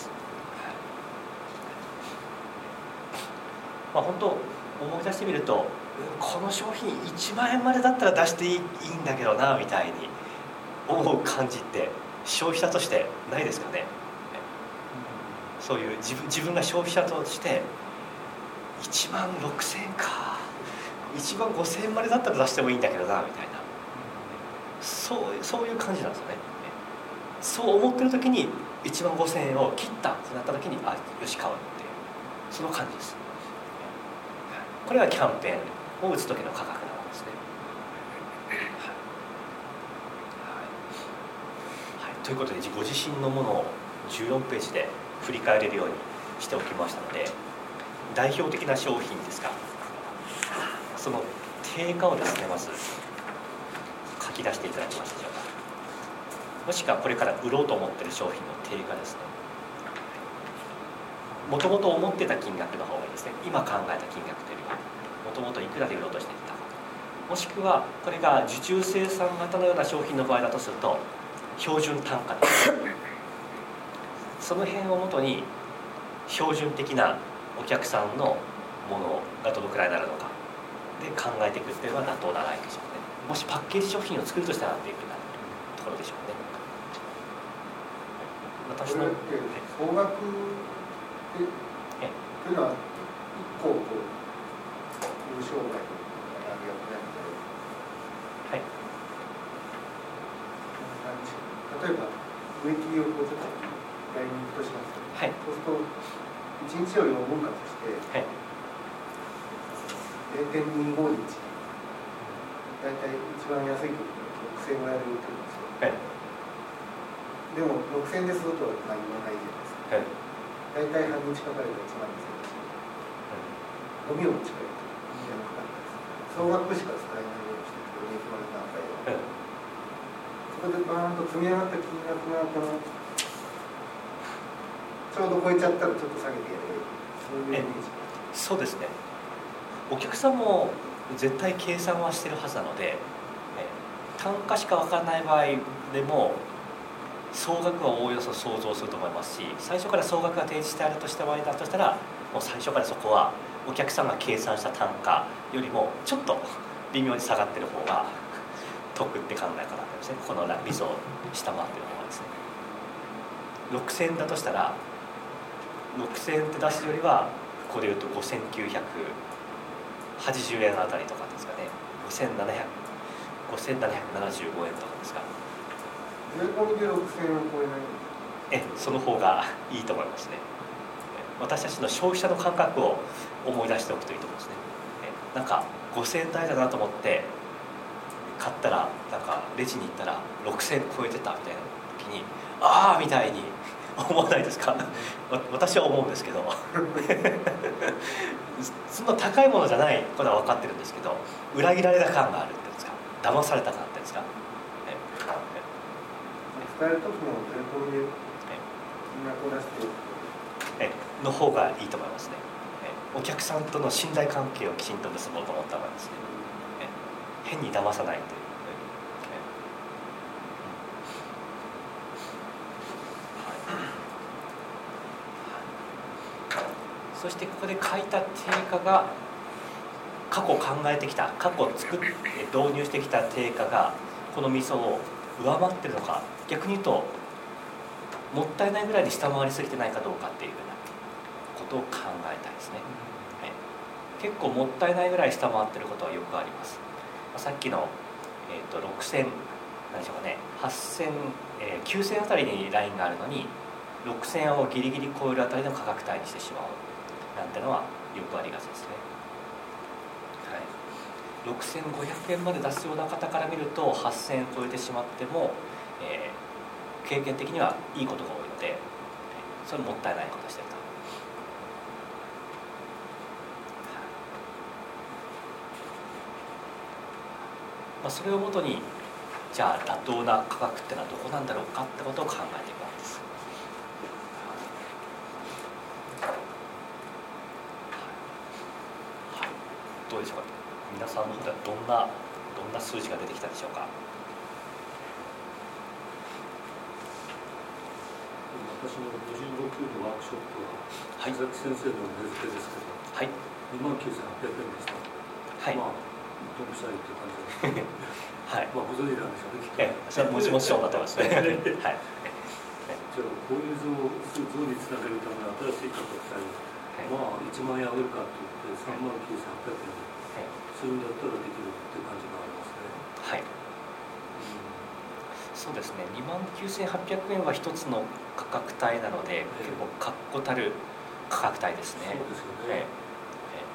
まあ、本当思い出してみると、この商品いちまんえんまでだったら出していい、いいんだけどなみたいに思う感じって消費者としてないですかね。そういう自分、自分が消費者としていちまんろくせんえんか、いちまんごせんえんまでだったら出してもいいんだけどなみたいな、そう、そういう感じなんですよね。そう思ってる時にいちまんごせんえんを切ったってなった時に、あ、よし買うっていう、その感じです。これがキャンペーンを打つ時の価格なんですね。はいはい、ということでご自身のものをじゅうよんページで振り返れるようにしておきましたので、代表的な商品ですが、その定価をですね、まず書き出していただけますでしょうか。もしくはこれから売ろうと思っている商品の定価ですね。もともと思ってた金額の方がいいですね。今考えた金額というよりは、もともといくらで売ろうとしていたか、もしくはこれが受注生産型のような商品の場合だとすると標準単価です。その辺をもとに標準的なお客さんのものがどのくらいになるのかで考えていくっていうのは妥当なラインでしょうね。もしパッケージ商品を作るとしたらっていうふうなところでしょうね。私の総額というのは一個こういう商売のありがとうね。 はい。 例えば植木をこうちょっとやりに行くとします。 はい。 そうすると一日をよんぶん割して、はい、ゼロてんにごにち、だいたい一番安い時にろくせんえんぐらいで売ってるんですよ。はい。でもろくせんえんですると何もないじゃないですか。はい。大体半日かかればいちまんにせんえんです。ゴミを持ち帰るとじゃなくなったんです。総額しか使えないようにしてる植木の段階は。そこでバーンと積み上がった金額がこのちょうど超えちゃったらちょっと下げてやれる。そういうイメージ。 そうですね。お客さんも絶対計算はしてるはずなので、単価しか分からない場合でも総額はおおよそ想像すると思いますし、最初から総額が提示してあるとした場合だとしたら、もう最初からそこはお客さんが計算した単価よりもちょっと微妙に下がってる方が得って考え方なんですね。この溝を下回ってる方がですね。ろくせんえんだとしたらろくせんえんって出すよりはここでいうとごせんきゅうひゃくはちじゅうえんあたりとかですかね。ごせんななひゃくななじゅうごえんとかですか。 税込みでろくせんえんを超えない。 えその方がいいと思いますね。私たちの消費者の感覚を思い出しておくといいと思うんですね。えなんかごせんえん台だなと思って買ったら、なんかレジに行ったらろくせんえん超えてたみたいな時に、ああみたいに思わないですか。私は思うんですけどそんな高いものじゃないことは分かってるんですけど、裏切られた感があるっていうんですか、騙された感っていうんですか、ね、 伝える時もテレコムで金額を出してえの方がいいと思いますね。えお客さんとの信頼関係をきちんと結ぼうと思った方がいいですね。え変に騙さないという。そしてここで書いた定価が過去考えてきた過去作って導入してきた定価がこの味噌を上回ってるのか、逆に言うともったいないぐらいに下回りすぎてないかどうかっていうようなことを考えたいですね。はい、結構もったいないぐらい下回ってることはよくあります。さっきの、えー、とろくせん何でしょうかねはっせん、えー、きゅうせんあたりにラインがあるのにろくせんえんをギリギリ超えるあたりの価格帯にしてしまうなんてのはよくありがちですね。はい、ろくせんごひゃくえんまで出すような方から見るとはっせんえん超えてしまっても、えー、経験的にはいいことが多いので、それもったいないことをしていると。まあ、それをもとにじゃあ妥当な価格ってのはどこなんだろうかってことを考えていくわけです。はい、どうでしょうか。皆さんの方ではどんなどんな数字が出てきたでしょうか。 私のごじゅうろくのワークショップは、 はい、 佐々木先生の値付けですけど、 はい、 にまんきゅうせんはっぴゃくえんでした。 はい、 まあどうしたいっていう感じです。 はい、 まあご存知なんでしょうね。 ええ、それはもちもちろんだと思いますね。はい。 じゃあこういう像を像につなげるための新しい価格帯、はい、まあいちまんえん上げるかって言ってさんまんきゅうせんはっぴゃくえんにするんだったらできるっていう感じがありますね。 はい。うん、そうですね。にまんきゅうせんはっぴゃくえんは一つの価格帯なので、えー、結構確固たる価格帯ですね。 そうですよね。えーえ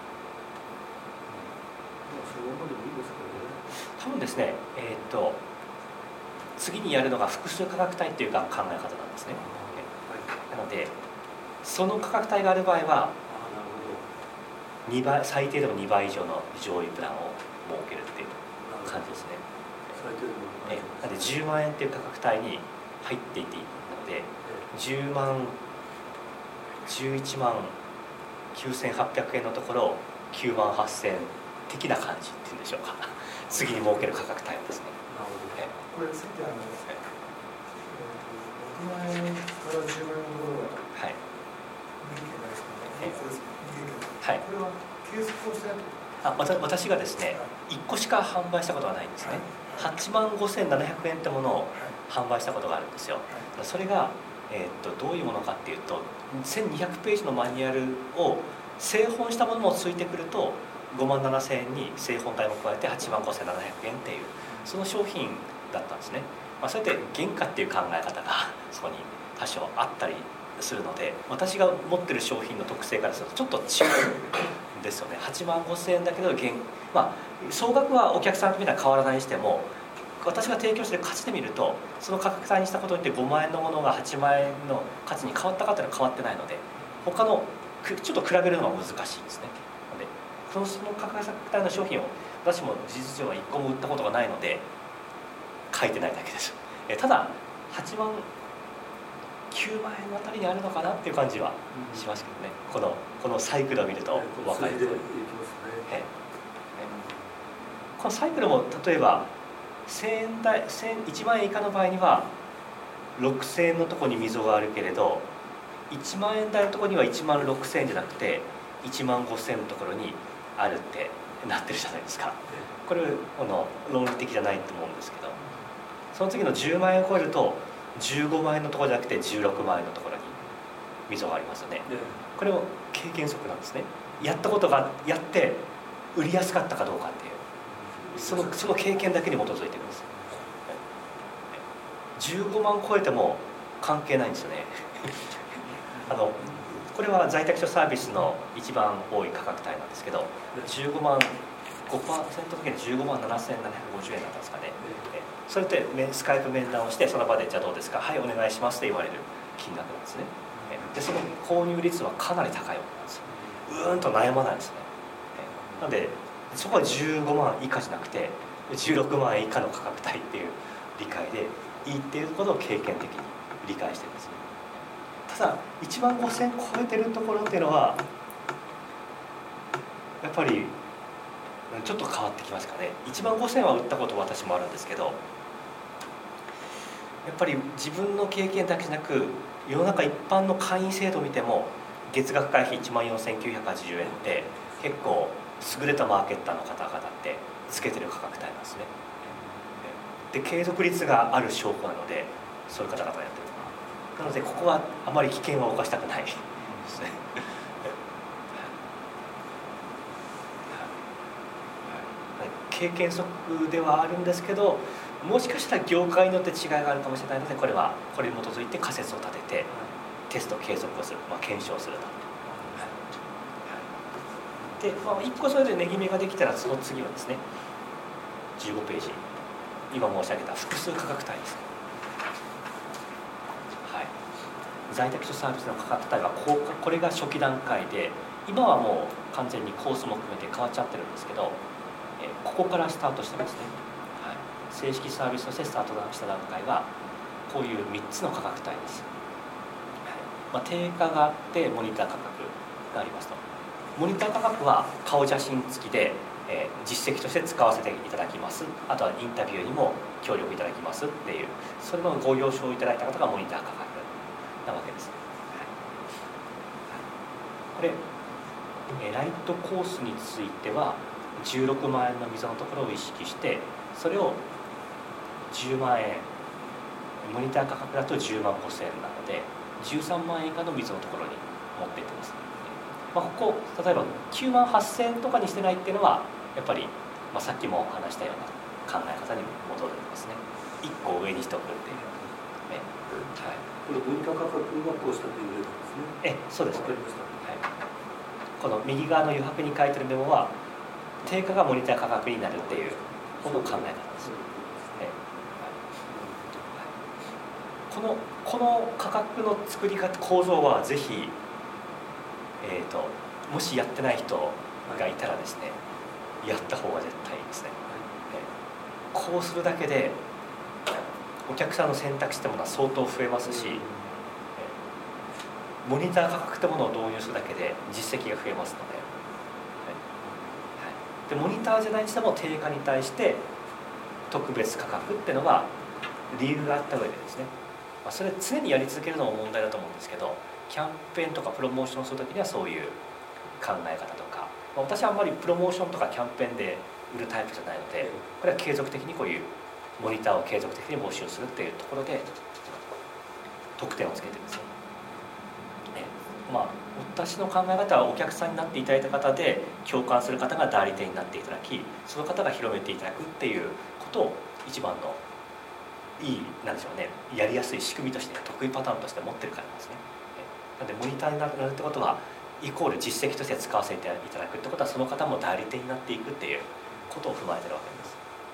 ー、まあそのままでもいいですけどね。 多分ですね、えー、と次にやるのが複数価格帯っていう考え方なんですね。はい、なのでその価格帯がある場合はにばい、最低でもにばい以上の上位プランを設けるっていう感じですね。 最低でもえなのでじゅうまんえんっていう価格帯に入っていっていいので、じゅうまんじゅういちまんきゅうせんはっぴゃくえんのところきゅうまんはっせん的な感じっていうんでしょうか。次に設ける価格帯ですね。 なるほど。えこれさっきあの、えー、ろくまんえんからじゅうまんえんのところがはい右券ないですかね。そうですね。右券。 はい。 これは継続をしてない。 あ、また私がですね、いっこしか販売したことがないんですね。はちまんごせんななひゃくえんってものを販売したことがあるんですよ。それが、えー、っとどういうものかっていうと、せんにひゃくページのマニュアルを製本したものもついてくるとごまんななせんえんに製本代も加えてはちまんごせんななひゃくえんっていうその商品だったんですね。まあ、それで原価っていう考え方がそこに多少あったりするので、私が持ってる商品の特性からするとちょっと違うんですよね。はちまんごせんえんだけど原、まあ、総額はお客さんとみんな変わらないにしても、私が提供してる価値で見るとその価格帯にしたことによってごまんえんのものがはちまんえんの価値に変わったかというのは変わってないので、他のちょっと比べるのが難しいですね。のでそのその価格帯の商品を私も事実上はいっこも売ったことがないので書いてないだけです。えただはちまんきゅうまんえんのあたりにあるのかなっていう感じはしますけどね、うん、このこのサイクルを見るとお分かりです。このサイクルも例えばせんえん台いちまんえん以下の場合にはろくせんえんのところに溝があるけれど、いちまんえん台のところにはいちまんろくせんえんじゃなくていちまんごせんえんのところにあるってなってるじゃないですか。これこの論理的じゃないと思うんですけど、その次のじゅうまんえんを超えるとじゅうごまんえんのところじゃなくてじゅうろくまんえんのところに溝がありますよね。これも経験則なんですね。やったことがやって売りやすかったかどうかっていうそのその経験だけに基づいてるんです。じゅうごまん超えても関係ないんですよね。あのこれは在宅所サービスの一番多い価格帯なんですけど、じゅうごまん ごパーセント の時にじゅうごまんななせんななひゃくごじゅうえんだったんですかね。それでスカイプ面談をしてその場でじゃあどうですか、はいお願いしますって言われる金額なんですね。でその購入率はかなり高いわけなんですよ。うーんと悩まないですね。なのでそこはじゅうごまん以下じゃなくてじゅうろくまんえん以下の価格帯っていう理解でいいっていうことを経験的に理解してるんですね。ただいちまんごせん超えてるところっていうのはやっぱりちょっと変わってきますかね。いちまんごせんは売ったこと私もあるんですけど、やっぱり自分の経験だけじゃなく世の中一般の会員制度を見ても月額会費いちまんよんせんきゅうひゃくはちじゅうえんって結構優れたマーケッターの方々ってつけてる価格帯なんですね。で継続率がある証拠なのでそういう方々がやってるなのでここはあまり危険は冒したくないですね。経験則ではあるんですけど、もしかしたら業界によって違いがあるかもしれないので、これはこれに基づいて仮説を立ててテスト継続をする、まあ、検証すると。で、まあ、いっこそれで値決めができたらその次はですねじゅうごページ、今申し上げた複数価格帯です。はい、在宅サービスの価格帯はこうこれが初期段階で、今はもう完全にコースも含めて変わっちゃってるんですけど、えここからスタートしてますね。はい、正式サービスとしてスタートした段階はこういうみっつの価格帯です。はい、まあ、定価があってモニター価格がありますと。モニター価格は顔写真付きで、えー、実績として使わせていただきます、あとはインタビューにも協力いただきますっていう、それのご了承いただいた方がモニター価格なわけです。これ、えー、ライトコースについてはじゅうろくまんえんの溝のところを意識して、それをじゅうまんえん、モニター価格だとじゅうまんごせんえんなのでじゅうさんまんえん以下の溝のところに持っていってます。まあ、ここ例えばきゅうまんはっせんえんとかにしてないっていうのはやっぱり、まあ、さっきも話したような考え方に戻るんですね。いっこ上にしておくっていう、ね。はい、 これモニター価格がこうしたという例ですね。 えそうですね。 わかりました。 はい、この右側の余白に書いてるメモは定価がモニター価格になるっていうこの考え方です。このこの価格の作り方構造はぜひ、えーと、もしやってない人がいたらですね、やった方が絶対いいですね。こうするだけでお客さんの選択肢ってものは相当増えますし、モニター価格ってものを導入するだけで実績が増えますので、でモニターじゃないにしても定価に対して特別価格っていうのは理由があった上でですね、まあ、それ常にやり続けるのも問題だと思うんですけど、キャンペーンとかプロモーションをするときにはそういう考え方とか、まあ、私はあんまりプロモーションとかキャンペーンで売るタイプじゃないので、これは継続的にこういうモニターを継続的に募集するっていうところで特典をつけてるんですよ。まあ、私の考え方はお客さんになっていただいた方で共感する方が代理店になっていただき、その方が広めていただくっていうことを一番のいい、なんでしょうね、やりやすい仕組みとして得意パターンとして持ってるからなんですね。なのでモニターになるってことはイコール実績として使わせていただくってことは、その方も代理店になっていくっていうことを踏まえてるわけです。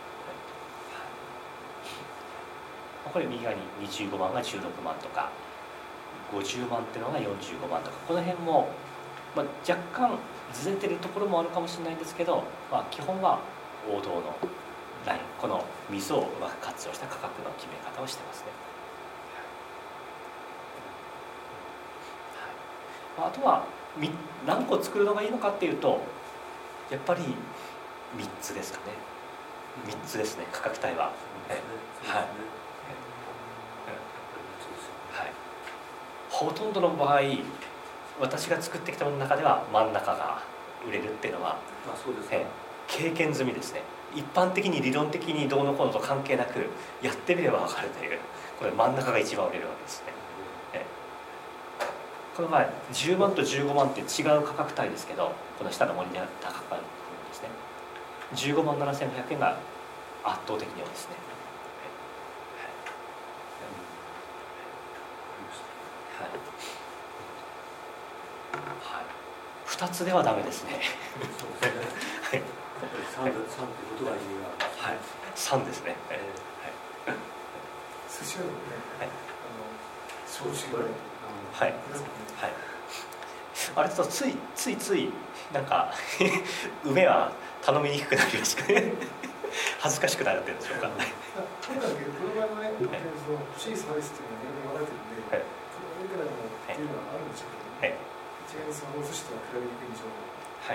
これ右側ににじゅうごまんがじゅうろくまんとかごじゅうまんっていうのがよんじゅうごまんとか、この辺も、まあ、若干ずれてるところもあるかもしれないんですけど、まあ、基本は王道のライン、この溝をうまく活用した価格の決め方をしてますね。はい、あとは何個作るのがいいのかっていうと、やっぱりみっつですかね。みっつですね、価格帯は。はい。ほとんどの場合、私が作ってきたものの中では真ん中が売れるっていうのは、 あ、そうですか。 え経験済みですね。一般的に理論的にどうのこうのと関係なくやってみれば分かるという、これ真ん中が一番売れるわけですね。えこの場合じゅうまんとじゅうごまんって違う価格帯ですけど、この下のモニター価格ですね、じゅうごまんななせんごひゃくえんが圧倒的に多いですね。はい、ふたつではダメですね。 そうですね。はい。さんださんってことが意味が。はい。 さんですね。はい。 寿司屋でもね、はい、あの焼酎がね、 はいはい。あれとついついついなんか梅は頼みにくくなりますかね。 恥ずかしくなるっていうんでしょうか。 今回のプログラムのね、その欲しいサービスっていうのは分かれてるんで、 はい、 その上からもっていうのはあるんでしょうけど、ね、一概にそのお寿司とは比べにくいんでしょうけど。 はい。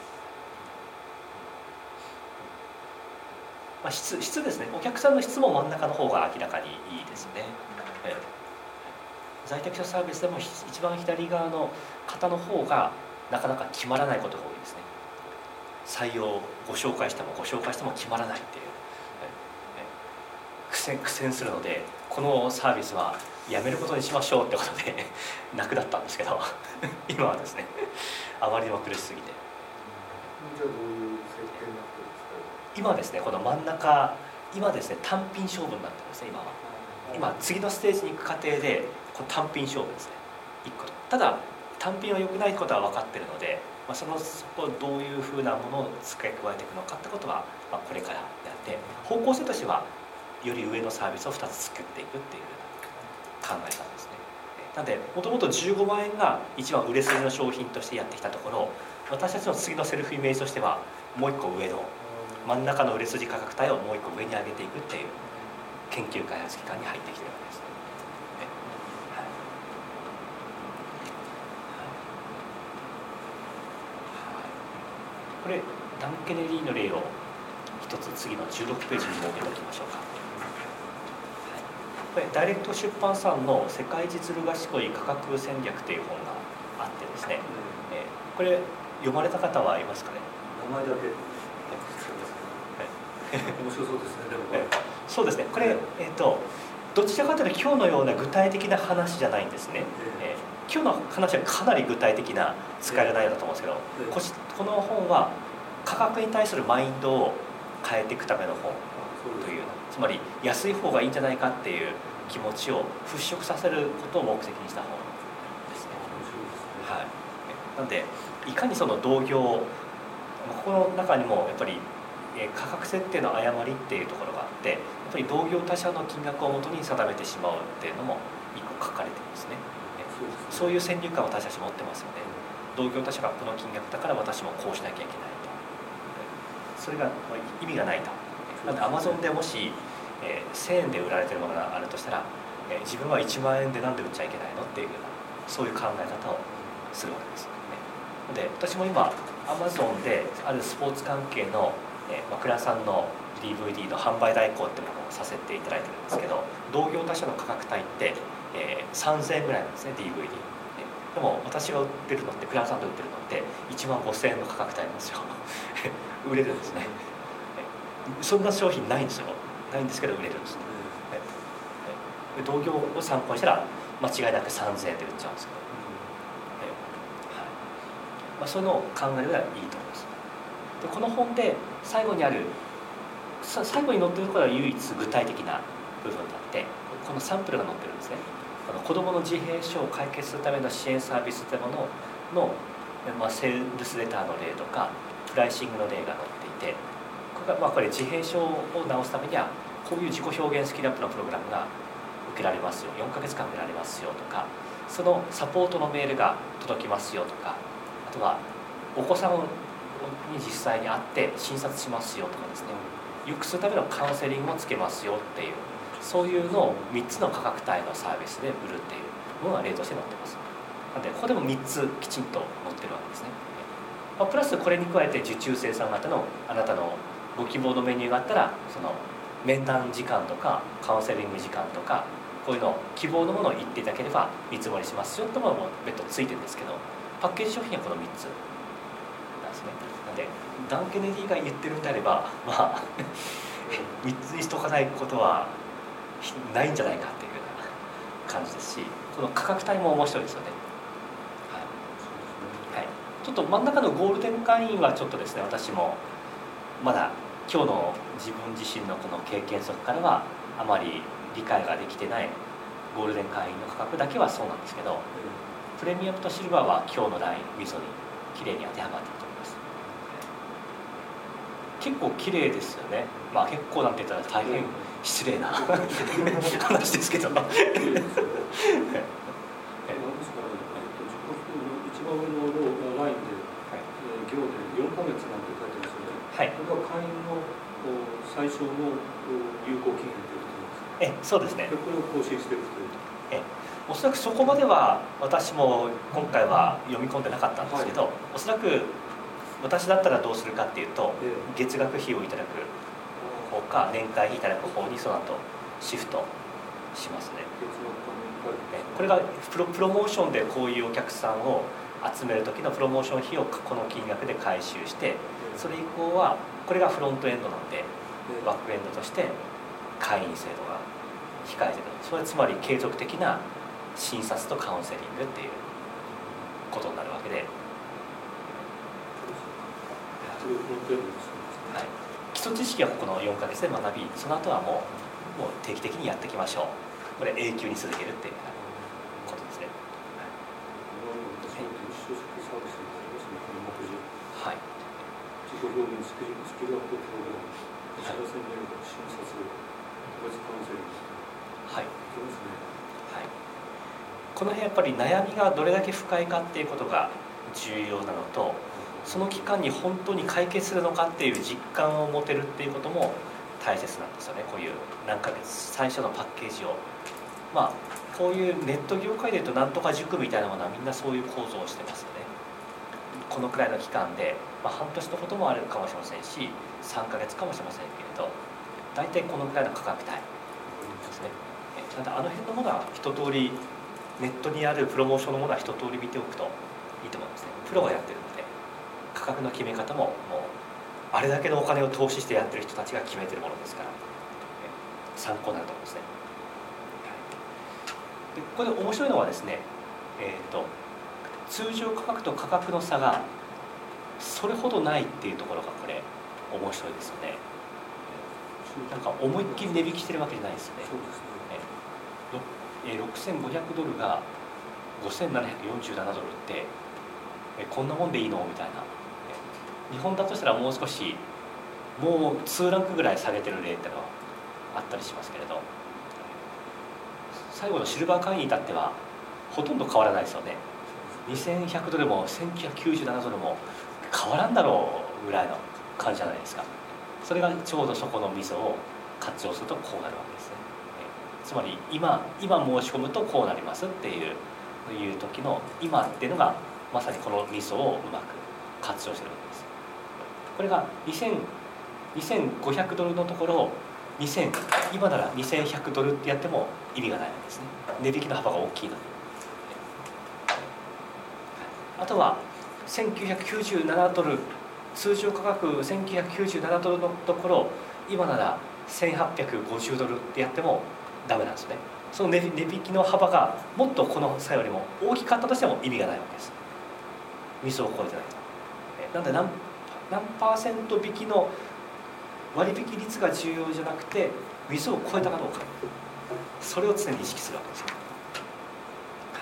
まあ、質, 質ですね。お客さんの質も真ん中の方が明らかにいいですね。えー、在宅者サービスでも一番左側の方の方がなかなか決まらないことが多いですね。採用ご紹介してもご紹介しても決まらないっていう、えー、苦戦苦戦するので、このサービスはやめることにしましょうってことで泣くだったんですけど今はですねあまりにも苦しすぎて。 じゃあどういう設計になってるんですか？ 今ですね、この真ん中、今ですね、単品勝負になってるんですね、今は。今、次のステージに行く過程で、この単品勝負ですね、いっこ。ただ、単品は良くないことは分かってるので、まあ、そのそこをどういうふうなものを付け加えていくのかってことは、まあ、これからやって、方向性としては、より上のサービスをふたつ作っていくっていう考え方ですね。なので、もともとじゅうごまんえんが一番売れ筋の商品としてやってきたところ、私たちの次のセルフイメージとしては、もういっこ上の、真ん中の売れ筋価格帯をもう一個上に上げていくっていう研究開発機関に入ってきてるわけですね。はいはい、これダン・ケネディの例を一つ次のじゅうろくページに設けておきましょうか。はい、これダイレクト出版さんの「世界実る賢い価格戦略」という本があってですね、えー、これ読まれた方はいますかね？ 名前だけ面白そうですね。でもこれそうですね。これ、えーと、どちらかというと今日のような具体的な話じゃないんですね。えー、今日の話はかなり具体的な使える内容だと思うんですけど、えー、こ, この本は価格に対するマインドを変えていくための本という、つまり安い方がいいんじゃないかっていう気持ちを払拭させることを目的にした本ですね。はい。なのでいかにその同業、ここの中にもやっぱり価格設定の誤りっていうところがあって、やっぱり同業他社の金額をもとに定めてしまうっていうのも一個書かれてるんですね。そういう先入観を私たち持ってますよね。同業他社がこの金額だから私もこうしなきゃいけないと、それが意味がないと。なのでアマゾンでもし、えー、せんえんで売られてるものがあるとしたら、えー、自分はいちまんえんでなんで売っちゃいけないのっていうような、そういう考え方をするわけですよね。で、私も今アマゾンであるスポーツ関係のえー、マクラさんの ディーブイディー の販売代行ってものをさせていただいてるんですけど、同業他社の価格帯って、えー、さんぜんえんぐらいなんですね、 ディーブイディー。 でも私が売ってるのって、クラさんで売ってるのっていちまんごせんえんの価格帯なんですよ売れるんですね。そんな商品ないんですよ。ないんですけど売れるんですね。同業を参考にしたら間違いなくさんぜんえんで売っちゃうんですけど、はい、まあ、そういうのを考えればいいと思います。でこの本で最後にある最後に載っているところは唯一具体的な部分であって、このサンプルが載ってるんですね。あの子どもの自閉症を解決するための支援サービスというものの、まあ、セールスレターの例とかプライシングの例が載っていて、これが、まあ、これ自閉症を治すためにはこういう自己表現スキルアップのプログラムが受けられますよ、よんかげつかん受けられますよとか、そのサポートのメールが届きますよとか、あとはお子さんに実際に会って診察しますよとかですね、良くするためのカウンセリングもつけますよっていう、そういうのをみっつの価格帯のサービスで売るっていうものが例として載ってます。なのでここでもみっつきちんと載ってるわけですね。まあ、プラスこれに加えて受注生産型のあなたのご希望のメニューがあったら、その面談時間とかカウンセリング時間とか、こういうの希望のものを言っていただければ見積もりしますよというものも別途ついてるんですけど、パッケージ商品はこのみっつなんですね。なのでダン・ケネディが言ってるんであれば、まあみっつにしとかないことはないんじゃないかっていうような感じですし、この価格帯も面白いですよね。はいはい、ちょっと真ん中のゴールデン会員はちょっとですね、私もまだ今日の自分自身のこの経験則からはあまり理解ができてないゴールデン会員の価格だけはそうなんですけど、プレミアムとシルバーは今日のラインウィズにきれいに当てはまっていると思います。結構綺麗ですよね。まあ結構なんて言ったら大変失礼な話ですけどですから、えっと、一番上のラインで、はい、えー、行でよんかげつなんて書いてますよね。 はい。 これは会員の最初の有効期限ということです。 えそうですね。 これを更新していくという。 えおそらくそこまでは私も今回は読み込んでなかったんですけど、はい、おそらく私だったらどうするかっていうと、ええ、月額費をいただく方か年会費いただく方にその後シフトしますね。これがプロ、プロモーションでこういうお客さんを集める時のプロモーション費をこの金額で回収して、それ以降はこれがフロントエンドなんでバックエンドとして会員制度が控えてる。それはつまり継続的な診察とカウンセリングっていうことになるわけで、はい、基礎知識はこのよんかげつで学び、その後はもう、もう定期的にやっていきましょう。これ永久に続けるっていうことですね。はい。 自己表現スキルスキルアッププログラム、お知らせメール、診察、個別カウンセリング。 はい。 そうですね。 はい。この辺やっぱり悩みがどれだけ深いかっていうことが重要なのと、その期間に本当に解決するのかっていう実感を持てるっていうことも大切なんですよね。こういう何ヶ月最初のパッケージを、まあこういうネット業界でいうとなんとか塾みたいなものはみんなそういう構造をしてますよね。このくらいの期間で、まあ、半年のこともあるかもしれませんしさんかげつかもしれませんけれど、大体このくらいの価格帯ですね。なんであの辺のものは一通りネットにあるプロモーションのものは一通り見ておくといいと思いますね。プロがやってるので価格の決め方ももうあれだけのお金を投資してやってる人たちが決めてるものですから参考になると思いますね。でこれで面白いのはですね、えーと、通常価格と価格の差がそれほどないっていうところがこれ面白いですよね。なんか思いっきり値引きしてるわけじゃないですよね。 そうですね。 ろくせんごひゃくドルがごせんななひゃくよんじゅうななドルってえこんなもんでいいのみたいな。日本だとしたらもう少しもうにランクぐらい下げてる例ってのはあったりしますけれど、最後のシルバー会員に至ってはほとんど変わらないですよね。にせんひゃくドルもせんきゅうひゃくきゅうじゅうななドルも変わらんだろうぐらいの感じじゃないですか。それがちょうどそこの溝を活用するとこうなるわけですね。つまり今今申し込むとこうなりますっていういう時の今っていうのがまさにこの溝をうまく活用してるわけです。これがにせんごひゃくドルのところをにせん今ならにせんひゃくドルってやっても意味がないわけですね。値引きの幅が大きいので。あとはせんきゅうひゃくきゅうじゅうななドル、通常価格せんきゅうひゃくきゅうじゅうななドルのところ今ならせんはっぴゃくごじゅうドルってやってもダメなんですね。その値引きの幅がもっとこの差よりも大きかったとしても意味がないわけです。ミスを超えてないと。なんで 何, 何パーセント引きの割引率が重要じゃなくてミスを超えたかどうか、それを常に意識するわけですよ。はい、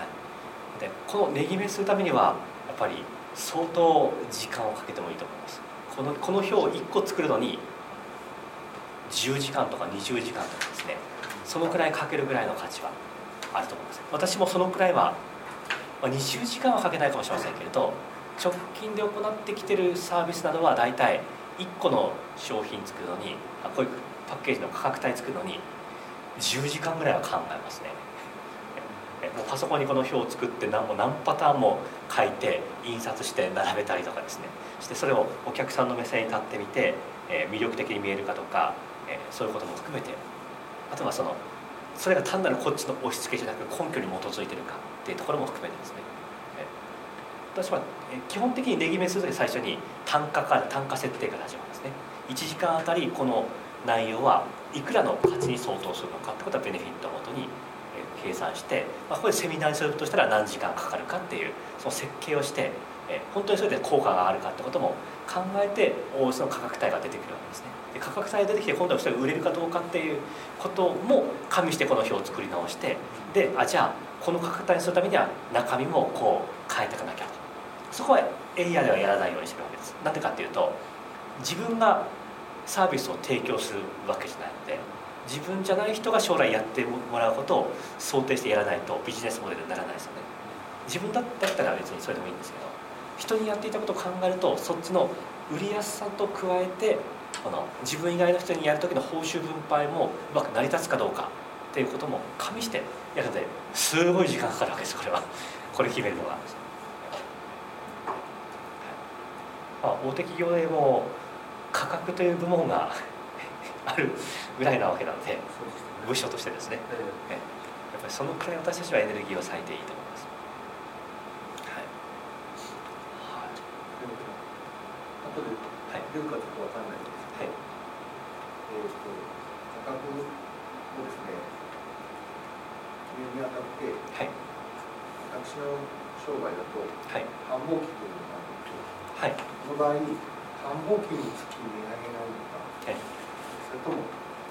でこの値決めするためにはやっぱり相当時間をかけてもいいと思います。このこの表をいっこ作るのにじゅうじかんとかにじゅうじかんとかですね、そのくらいかけるぐらいの価値はあると思います。私もそのくらいは、まあ、にじゅうじかんはかけないかもしれませんけれど、直近で行ってきてるサービスなどはだいたいいっこの商品作るのに、こういうパッケージの価格帯作るのにじゅうじかんぐらいは考えますね。もうパソコンにこの表を作って何も何パターンも書いて印刷して並べたりとかですねして、それをお客さんの目線に立ってみて、えー、魅力的に見えるかとか、えー、そういうことも含めて、あとはそのそれが単なるこっちの押し付けじゃなく根拠に基づいてるかっていうところも含めてですね、えー、私は基本的に値決めするとき最初に単価から単価設定から始まるんですね。いちじかんあたりこの内容はいくらの価値に相当するのかってことはベネフィットをもとに計算して、まあ、これセミナーにするとしたら何時間かかるかっていうその設計をして、え本当にそれで効果があるかってことも考えておおよその価格帯が出てくるわけですね。で価格帯が出てきて今度はそれが売れるかどうかっていうことも加味してこの表を作り直して、であじゃあこの価格帯にするためには中身もこう変えていかなきゃと、そこはエイアではやらないようにしてるわけです。なんでかっていうと自分がサービスを提供するわけじゃないので、自分じゃない人が将来やってもらうことを想定してやらないとビジネスモデルにならないですよね。自分だったら別にそれでもいいんですけど、人にやっていたことを考えるとそっちの売りやすさと加えてこの自分以外の人にやる時の報酬分配もうまく成り立つかどうかっていうことも加味してやるのですごい時間かかるわけです。これはこれ決めるのが、まあ、大手企業でも価格という部門があるぐらいなわけなので、部署としてですね、ええ、やっぱりそのくらい私たちはエネルギーを割いていいと思います。はいはい、 後で出るかちょっと分かんないんですけど、はい、えー、と価格をですね決めにあたって、はい、私の商売だと、はい、繁忙期というのがあるんですよ。はい、この場合繁忙期につき値上げがあるのか、はい、それとも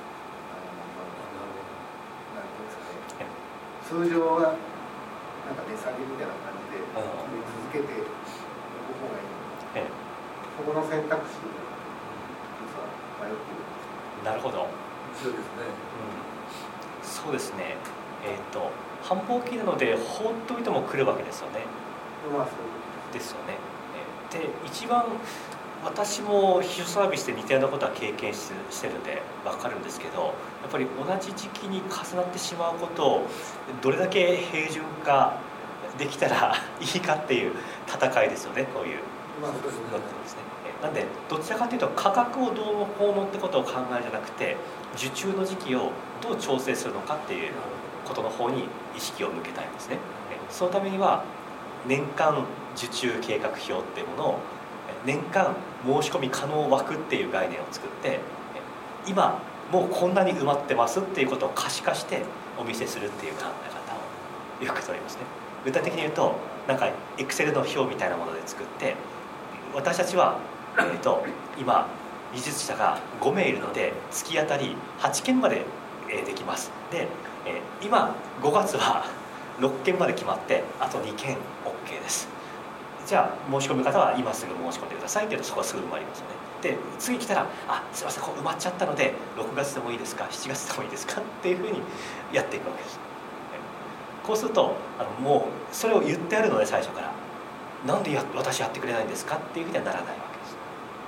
通常はなんか値下げみたいな感じで続けていく方がいいので、ええ、そこの選択肢を実は迷っているんです。 なるほど。 そうですね、 うん、そうですね。えっ、ー、と繁忙期なので放っておいても来るわけですよね。 まあそういうことですよね。で一番私も秘書サービスで似たようなことは経験ししてるんで分かるんですけど、やっぱり同じ時期に重なってしまうことをどれだけ平準化できたらいいかっていう戦いですよね、こういうのってですね。なんでどちらかというと価格をどうのこうのってことを考えるんじゃなくて、受注の時期をどう調整するのかっていうことの方に意識を向けたいんですね。そのためには年間受注計画表っていうものを年間申し込み可能枠っていう概念を作って、今もうこんなに埋まってますっていうことを可視化してお見せするっていう考え方をよく取りますね。具体的に言うと、なんかエクセルの表みたいなもので作って、私たちは、えー、と今技術者がごめいいるので月当たりはちけんまでできます。で、えー、今ごがつはろっけんまで決まってあとにけん オーケー です。じゃあ申し込み方は今すぐ申し込んでくださいって言うと、そこはすぐ埋まりますよね。で次来たら「あ、すいません、こう埋まっちゃったのでろくがつでもいいですか、しちがつでもいいですか」っていうふうにやっていくわけです。こうするとあのもうそれを言ってあるので、最初から「なんでや私やってくれないんですか」っていうふうにはならないわけです。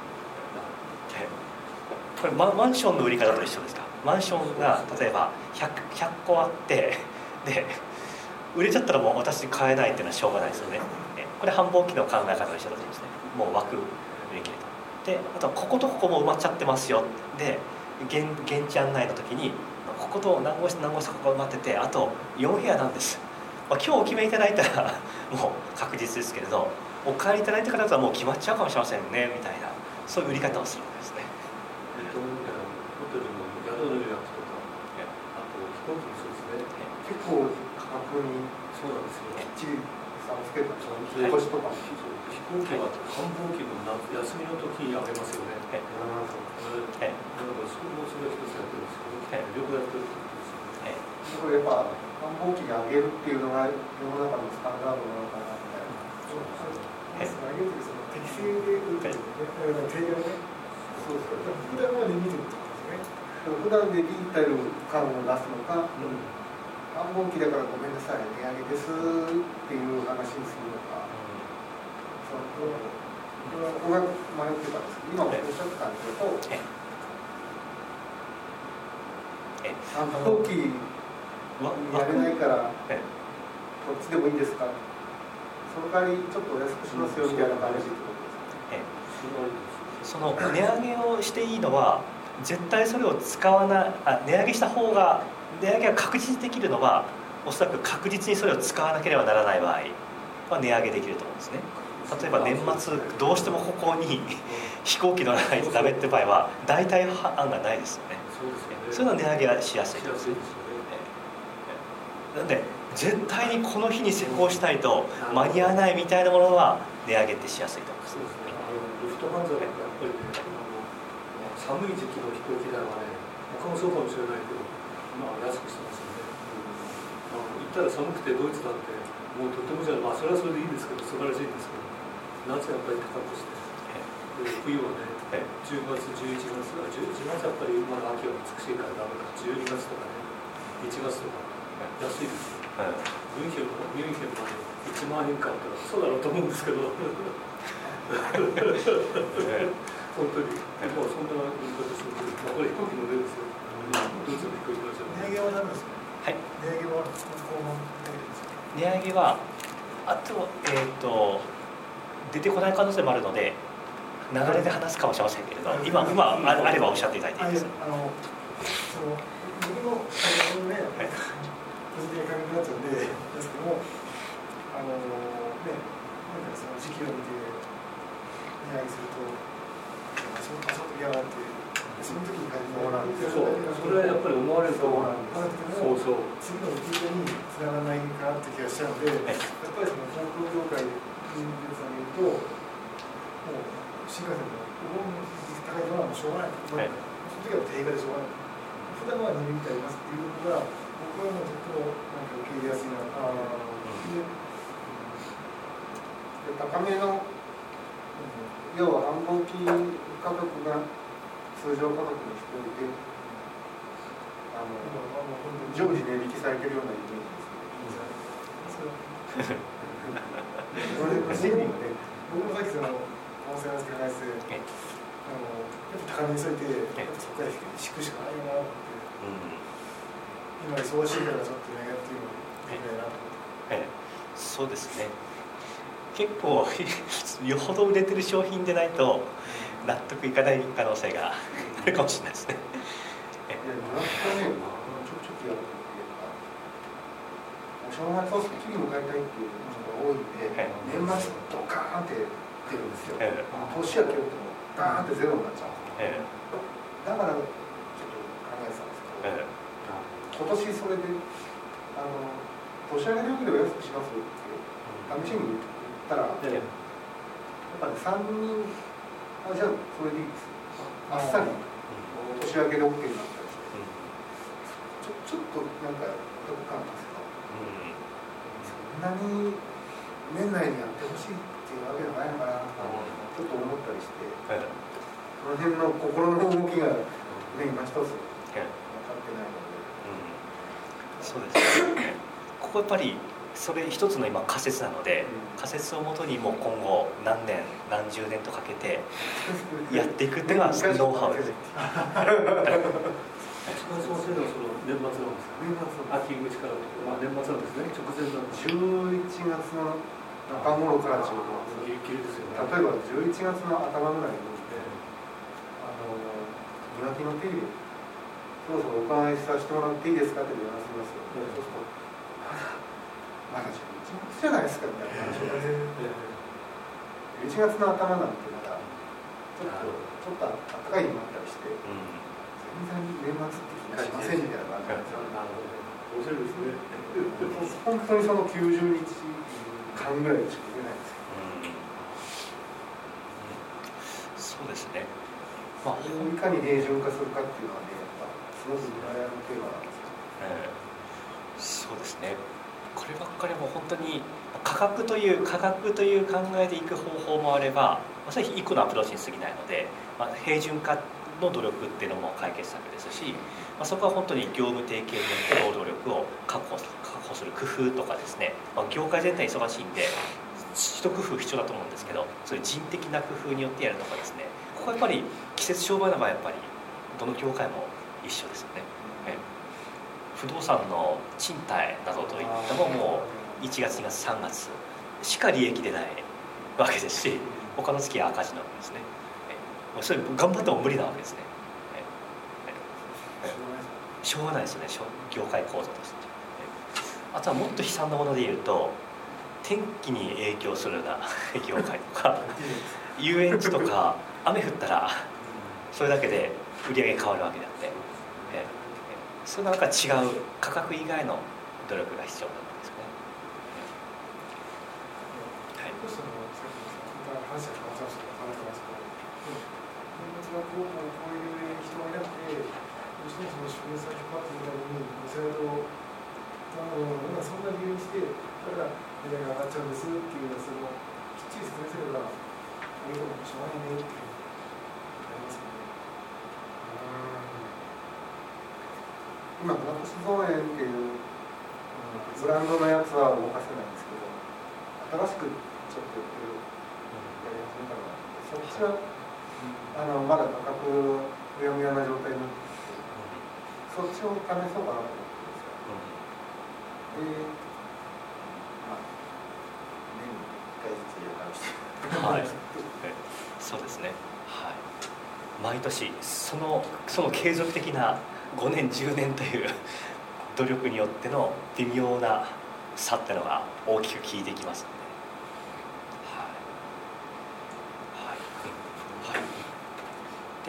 これ マ, マンションの売り方と一緒ですか。マンションが例えば ひゃく, ひゃっこあってで売れちゃったらもう私買えないっていうのはしょうがないですよね。これ繁忙期の考え方と一緒だとですね。もう枠売り切れた。であとはこことここも埋まっちゃってますよ。で現現地案内の時にここと何号室何号室ここ埋まっててあとよんへやなんです、まあ、今日お決めいただいたらもう確実ですけれど、お帰りいただいてからだともう決まっちゃうかもしれませんねみたいな、そういう売り方をするんですね。 ホテルの宿の予約とか、あと飛行機もそうですね。 結構価格にそうなんですよ。 きっちり差をつけたり、星とかも飛行機は繁忙期の休みの時に上げますよね。 はい、なるほど。 だからそれもそれは一つやってるんですけど、両方やってるってことですよね。 だからやっぱ繁忙期に上げるっていうのが世の中のスタンダードなのかなみたいな。そうですね。上げるとその適正で売るっていうね。定額ね。そうですね。普段まで見てるってことですね。普段でリータル感を出すのか、うん、繁忙期だからごめんなさい値上げですっていう話にするのか、うん、そうここが迷ってたんですけど、今おっしゃった感じだと繁忙期やれないからこっちでもいいですか、その代わりちょっとお安くしますよみたいな感じってことですか。 その値上げをしていいのは絶対それを使わない、あ値上げした方が値上げが確実にできるのは、おそらく確実にそれを使わなければならない場合は値上げできると思うんですね。例えば年末どうしてもここに飛行機乗らないとダメって場合は代替案がないですよね。そういうのは値上げはしやすいです。なんで絶対にこの日に施工したいと間に合わないみたいなものは値上げってしやすいと思います。 そうですね。あのルフトハンザはやっぱりね、寒い時期の飛行機代はね、他もそうかもしれないけど、まあ安くしてますよね。うん、あの行ったら寒くてドイツなんてもうとてもじゃない、まあそれはそれでいいんですけど、素晴らしいんですけど、夏やっぱり高くして、で冬はね、じゅうがつじゅういちがつはじゅういちがつやっぱりまだ秋は美しいからダメか、じゅうにがつとかね、いちがつとか安いですよ。はい、ミュンヘンもミュンヘンまでいちまんえんかったらそうだろうと思うんですけど。 本当に、もうそんな言い方すると、これ飛行機の上ですよ。どうぞ飛行機の上。 値上げは何ですか。 はい。 値上げは後半値上げはあとえっ、ー、と出てこない可能性もあるので流れで話すかもしれませんけれど、今今あればおっしゃっていただいていいですか。 あのその僕のあのね、個人的な感覚になっちゃうんでですけども、あのね、なんかその時期を見て値上げすると、そのちょっと嫌がって、その時に感じたら、 そう、それはやっぱり思われると思う。そうそう。 次の受け入れにつながらないかなって気がしちゃうので、やっぱりその航空業界の皆さんに言うと、もう新幹線のお盆高いのはもうしょうがない。はい、その時は定価でしょうがない。普段はにみっかありますっていうことが、僕はもうとってもなんか受け入れやすいな。あで高めの、要は繁忙期価格が通常価格にしておいて、あの常時値引きされてるようなイメージですね。これの心理がね、僕もさっきその音声の使い回して、あのやっぱ高めにしといて、そこから引くしかないよなって、今忙しいからちょっとねやっていうのがいいなと思って。 はい、そうですね。結構よほど売れてる商品でないと納得いかない可能性があるかもしれないですね。 いや、なかなかね、ちょちょっとやるお正月をすっきり迎えたいっていうのが多いんで、はい、年末ドカーンって出るんですよ。はい、年明けるとダーンってゼロになっちゃう。はい、だからちょっと考えてたんですけど、はい、今年それであの年明け料金でお安くしますって試しに言ったら、はい、やっぱりさんにん、あ、じゃあそれでいいです。あっさり年明けで OK になったりして、うん、ちょ、ちょっとなんかどこかなんですけど、うん、そんなに年内にやってほしいっていうわけじゃないのかなとちょっと思ったりして、はい、その辺の心の動きがね、今一つ分かってないので、 うん、そうですね。ここやっぱりそれ一つの今仮説なので、うん、仮説をもとにもう今後何年何十年とかけてやっていくっていうのはノウハウです。 そのせいではその年末なんですか。年末秋口から、まあ、年末なんですね。直前なんです。 じゅういちがつの中頃からちょうどギリギリですよね。 例えばじゅういちがつの頭ぐらいにあの庭木の手入れそろそろお伺いさせてもらっていいですかって言われますよ。そうするとまだじゅういちがつじゃないですかみたいな話をじゅういちがつの頭なんてまだちょっとちょっと暖かい日もあったりして、うん、全然年末って気がしませんみたいな感じなんですよ。 面白いですね。 本当にそのきゅうじゅうにちかんぐらいしか出ないんですよ。 うん、そうですね。 まあ、いかに平準化するかっていうのはね、やっぱすごく悩むテーマなんですよ。 えー、そうですね。こればっかりも本当に価格という価格という考えでいく方法もあれば、それ一個のアプローチに過ぎないので、まあ、平準化の努力っていうのも解決策ですし、まあ、そこは本当に業務提携によって労働力を確保する、確保する工夫とかですね、まあ、業界全体忙しいんで一工夫必要だと思うんですけど、そういう人的な工夫によってやるとかですね、ここはやっぱり季節商売の場合やっぱりどの業界も一緒ですよね。不動産の賃貸などといったのもいちがつにがつさんがつしか利益出ないわけですし、他の月は赤字なわけですね。それ頑張っても無理なわけですね。しょうがないですよね、業界構造として。あとはもっと悲惨なもので言うと、天気に影響するような業界とか遊園地とか雨降ったらそれだけで売り上げ変わるわけであって、それなんか違う価格以外の努力が必要なんですよね。 はい。どうしてもさっきの話が変わっちゃいましたけど、話してますけど、年末がこうこういう人がいなくて、どうしてもその収入先パッとみたいに見せると、まあそんな理由にしてだから値段が上がっちゃうんですっていうのをそのきっちり説明すれば、こういうこともしょうがないねっていうなりますよね。今ブラックス造園っていう、うん、ブランドのやつは動かせないんですけど、新しくちょっとやってるやり始めたのがそっちはあのまだ価格うやむやな状態になってて、そっちを試そうかなと思ってます。で、まあ年にいっかいずつ予感してはい、そうですね、はい、毎年そのその継続的なごねんじゅうねんという努力によっての微妙な差ってのが大きく効いてきますので、はいはいはい、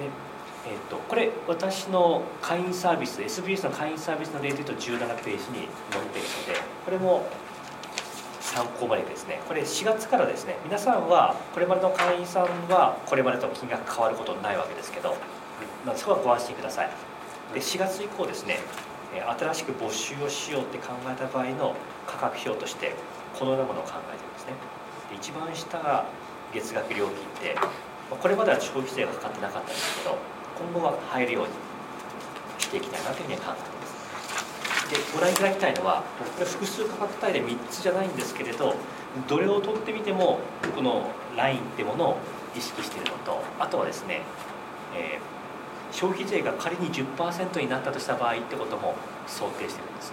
で、えー、とこれ私の会員サービス エスビーエス の会員サービスの例でいうとじゅうななページに載っているので、これも参考までですね。これしがつからですね、皆さんはこれまでの会員さんはこれまでと金額変わることないわけですけど、まあ、そこはご安心ください。でしがつ以降ですね、新しく募集をしようって考えた場合の価格表としてこのようなものを考えていますね。で一番下が月額料金で、これまでは消費税がかかってなかったんですけど、今後は入るようにしていきたいなというふうに考えています。でご覧いただきたいのは、これ複数価格帯でみっつじゃないんですけれど、どれを取ってみてもこのラインってものを意識しているのと、あとはですね、えー、消費税が仮に じゅっパーセント になったとした場合ってことも想定しているんですね。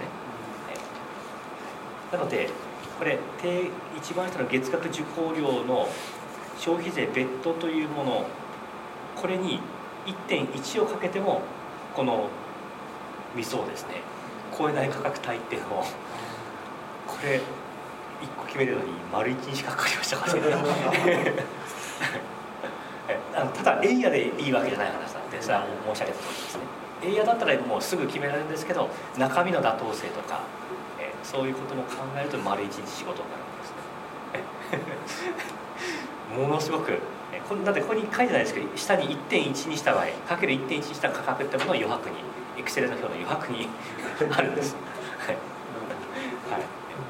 なのでこれ低一番下の月額受講料の消費税別途というもの、これに いってんいち をかけてもこの味噌をですね超えない価格帯っていうのを、これいっこ決めるのに丸いちにちかかりましたからねあのただエイヤでいいわけじゃない話なんで、それは申し上げた通りですね。エイヤだったらもうすぐ決められるんですけど、中身の妥当性とか、えそういうことも考えると丸いちにち仕事になるんですねものすごく、えこだってここに書いてないですけど、下に いってんいち にした場合かける いってんいち にした価格ってものを余白に、エクセルの表の余白にあるんです、はいはい、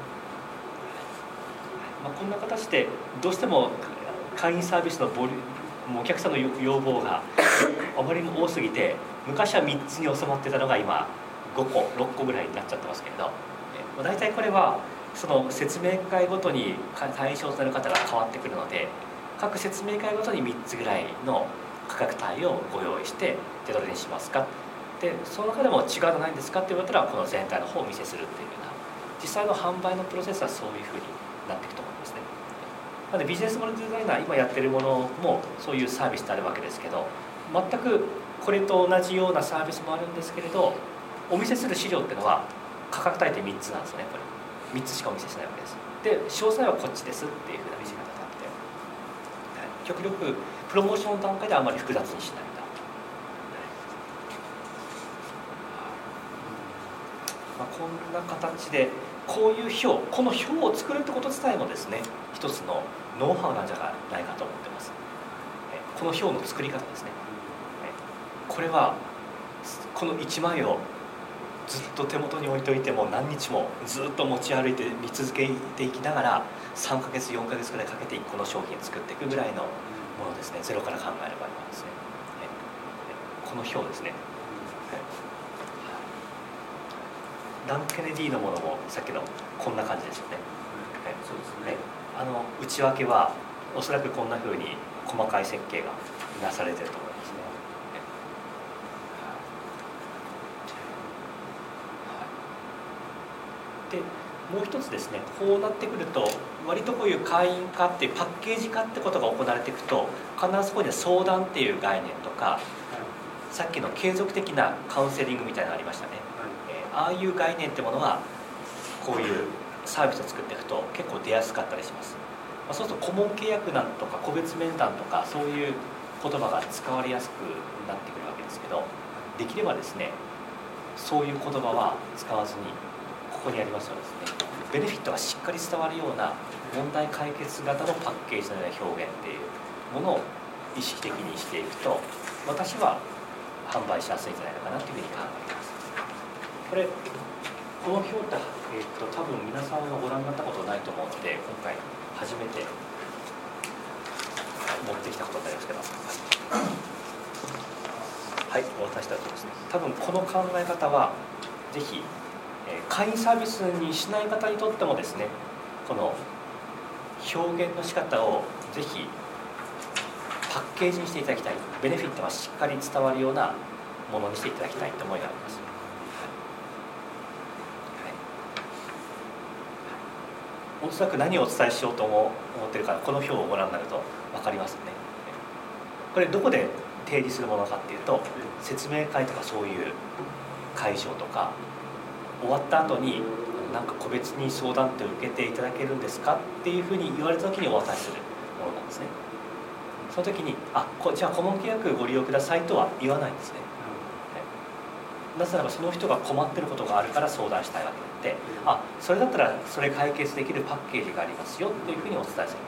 まあ、こんな形でどうしても会員サービスのボリお客さんの要望があまりにも多すぎて、昔はみっつに収まってたのが今ごころっこぐらいになっちゃってますけれど、え大体これはその説明会ごとに対象となる方が変わってくるので、各説明会ごとにみっつぐらいの価格帯をご用意して、でどれにしますか、でその中でも違うのないんですかって言われたらこの全体の方をお見せするっていうような、実際の販売のプロセスはそういうふうになっていくと思いますね。なのでビジネスモデルデザイナー今やってるものもそういうサービスってあるわけですけど、全くこれと同じようなサービスもあるんですけれど、お見せする資料っていうのは価格帯ってみっつなんですね。これみっつしかお見せしないわけです。で詳細はこっちですっていうふうな見せ方があって、極力プロモーションの段階ではあまり複雑にしないんだ、まあ、こんな形でこういう表、この表を作るってこと自体もですね、一つのノウハウなんじゃないかと思ってます。この表の作り方ですね。これはこのいちまいをずっと手元に置いておいても何日もずっと持ち歩いて見続けていきながらさんかげつよんかげつぐらいかけていっこの商品を作っていくぐらいのものですね。ゼロから考えれば今ですね、この表ですね。ダン・ケネディのものもさっきのこんな感じですよね。 そうですね。 あの内訳はおそらくこんな風に細かい設計がなされていると思いますね。でもう一つですね、こうなってくると割とこういう会員化っていうパッケージ化ってことが行われていくと、必ずそこには相談っていう概念とか、はい、さっきの継続的なカウンセリングみたいなのありましたね、はい、えー、ああいう概念ってものがこういうサービスを作っていくと結構出やすかったりします。まあ、そうすると顧問契約なんとか個別面談とかそういう言葉が使われやすくなってくるわけですけど、できればですねそういう言葉は使わずにここにありますようにですね、ベネフィットがしっかり伝わるような問題解決型のパッケージのような表現っていうものを意識的にしていくと、私は販売しやすいんじゃないのかなというふうに考えています。これこの表って、えー、と多分皆さんはご覧になったことないと思うので、今回初めて持ってきたことになりますけど、はい、私たちですね、多分この考え方はぜひ会員サービスにしない方にとってもですね、この表現の仕方をぜひパッケージにしていただきたい、ベネフィットがしっかり伝わるようなものにしていただきたいという思いがあります。おそらく何をお伝えしようと思っているか、この表をご覧になると分かりますね。これどこで提示するものかっていうと、説明会とかそういう会場とか終わった後に何か個別に相談って受けていただけるんですかっていうふうに言われた時にお渡しするものなんですね。その時に「あこじゃあ顧問契約ご利用ください」とは言わないんですね。なぜならばその人が困ってることがあるから相談したいわけで、あそれだったらそれ解決できるパッケージがありますよっていうふうにお伝えするんですね。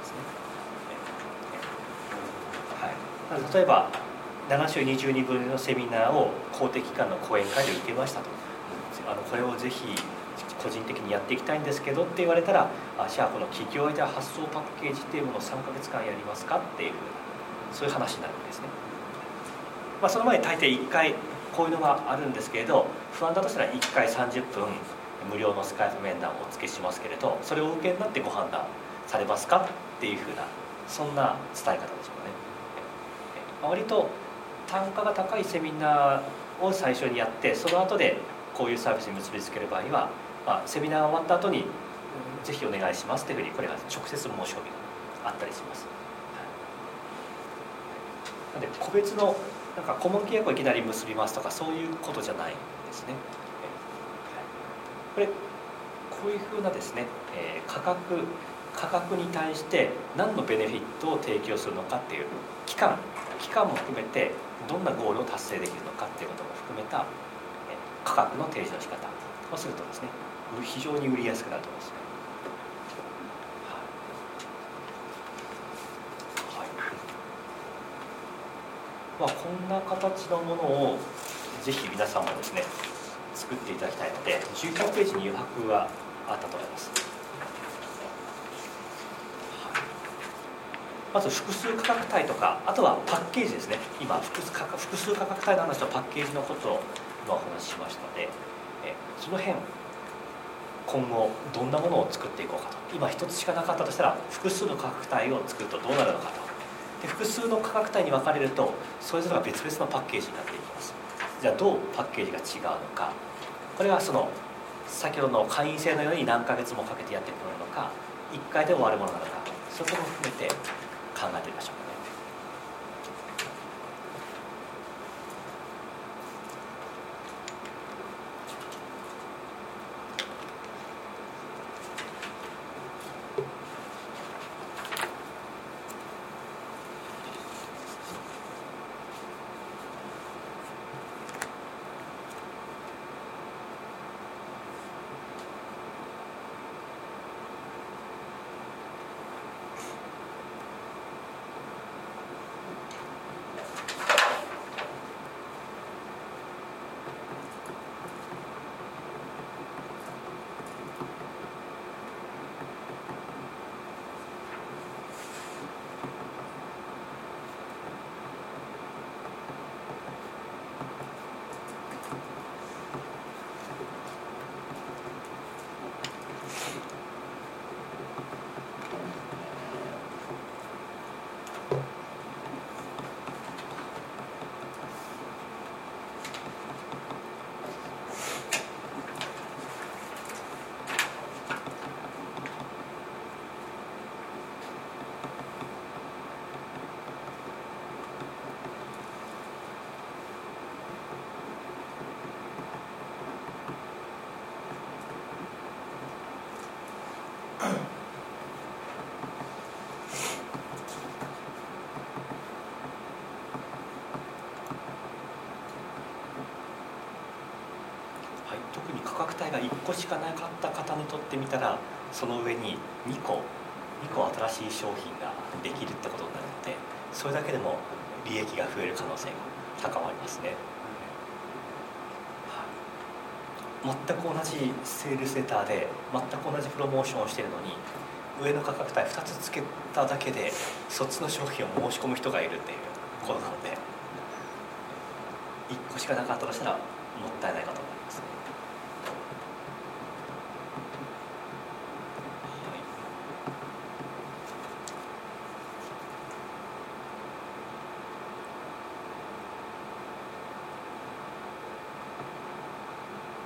はい、例えばなな週にじゅうにぶんのセミナーを公的機関の講演会で受けましたと、あのこれをぜひ個人的にやっていきたいんですけどって言われたら、あじゃあこの企業間発送パッケージっていうものをさんかげつかんやりますかっていうそういう話になるんですね。まあ、その前に大抵いっかいこういうのがあるんですけれど、不安だとしたらいっかいさんじゅっぷん無料のスカイプ面談をお付けしますけれど、それをお受けになってご判断されますかっていうふうなそんな伝え方でしょうかね。割と単価が高いセミナーを最初にやって、その後でこういうサービスに結びつける場合は、まあ、セミナーが終わった後に「ぜひお願いします」っていうふうにこれが直接申し込みがあったりします。なので個別のなんか顧問契約をいきなり結びますとかそういうことじゃないんですね。これこういうふうなですね、えー、価格価格に対して何のベネフィットを提供するのかっていう期間期間も含めてどんなゴールを達成できるのかっていうことも含めた価格の提示の仕方をするとですね、非常に売りやすくなると思います。はいまあ、こんな形のものをぜひ皆さんもですね作っていただきたいので、じゅうきゅうページに余白があったと思います。まず複数価格帯とか、あとはパッケージですね。今複数価格、複数価格帯の話とパッケージのことを今お話ししましたので、えその辺今後どんなものを作っていこうかと。今一つしかなかったとしたら複数の価格帯を作るとどうなるのかと。で複数の価格帯に分かれるとそれぞれが別々のパッケージになっていきます。じゃあどうパッケージが違うのか、これはその先ほどの会員制のように何ヶ月もかけてやっていくのか、いっかいで終わるものなのか、そこも含めて考えてみましょう。特に価格帯がいっこしかなかった方にとってみたら、その上ににこにこ新しい商品ができるってことになるので、それだけでも利益が増える可能性が高まりますね。全く同じセールスレターで全く同じプロモーションをしているのに、上の価格帯ふたつつけただけでそっちの商品を申し込む人がいるっていうことなので、いっこしかなかったとしたらもったいないかと思いますね。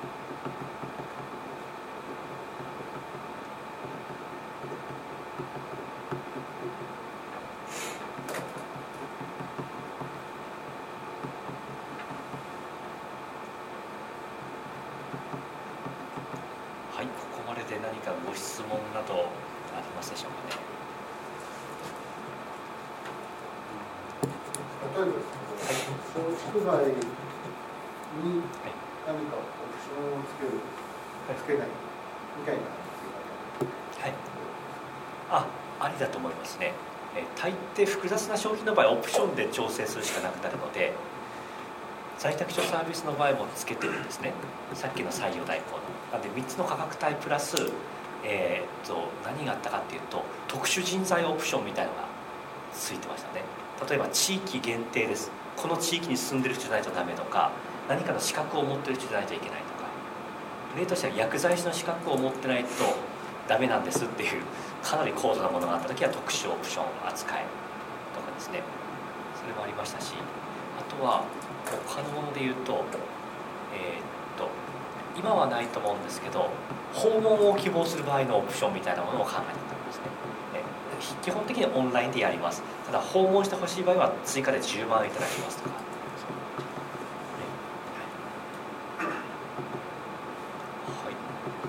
はい、ここまでで何かご質問などありますでしょうかね。 例えばですね、松竹梅に何かオプションをつける、つけないみたいな。 はい、あ、ありだと思いますね。え大抵複雑な商品の場合オプションで調整するしかなくなるので、在宅所サービスの場合もつけてるんですね。さっきの採用代行のなんでみっつの価格帯プラス、えー、っと何があったかっていうと特殊人材オプションみたいなのがついてましたね。例えば地域限定です、この地域に住んでる人じゃないとダメとか、何かの資格を持ってる人じゃないといけないとか、例としては薬剤師の資格を持ってないとダメなんですっていうかなり高度なものがあった時は特殊オプション扱いとかですね、それもありましたし、あとは他のもので言うと、えー、っと今はないと思うんですけど訪問を希望する場合のオプションみたいなものを考えてたんですね。基本的にオンラインでやります。ただ訪問してほしい場合は追加でじゅうまんえんいただきますとか、ね、はい、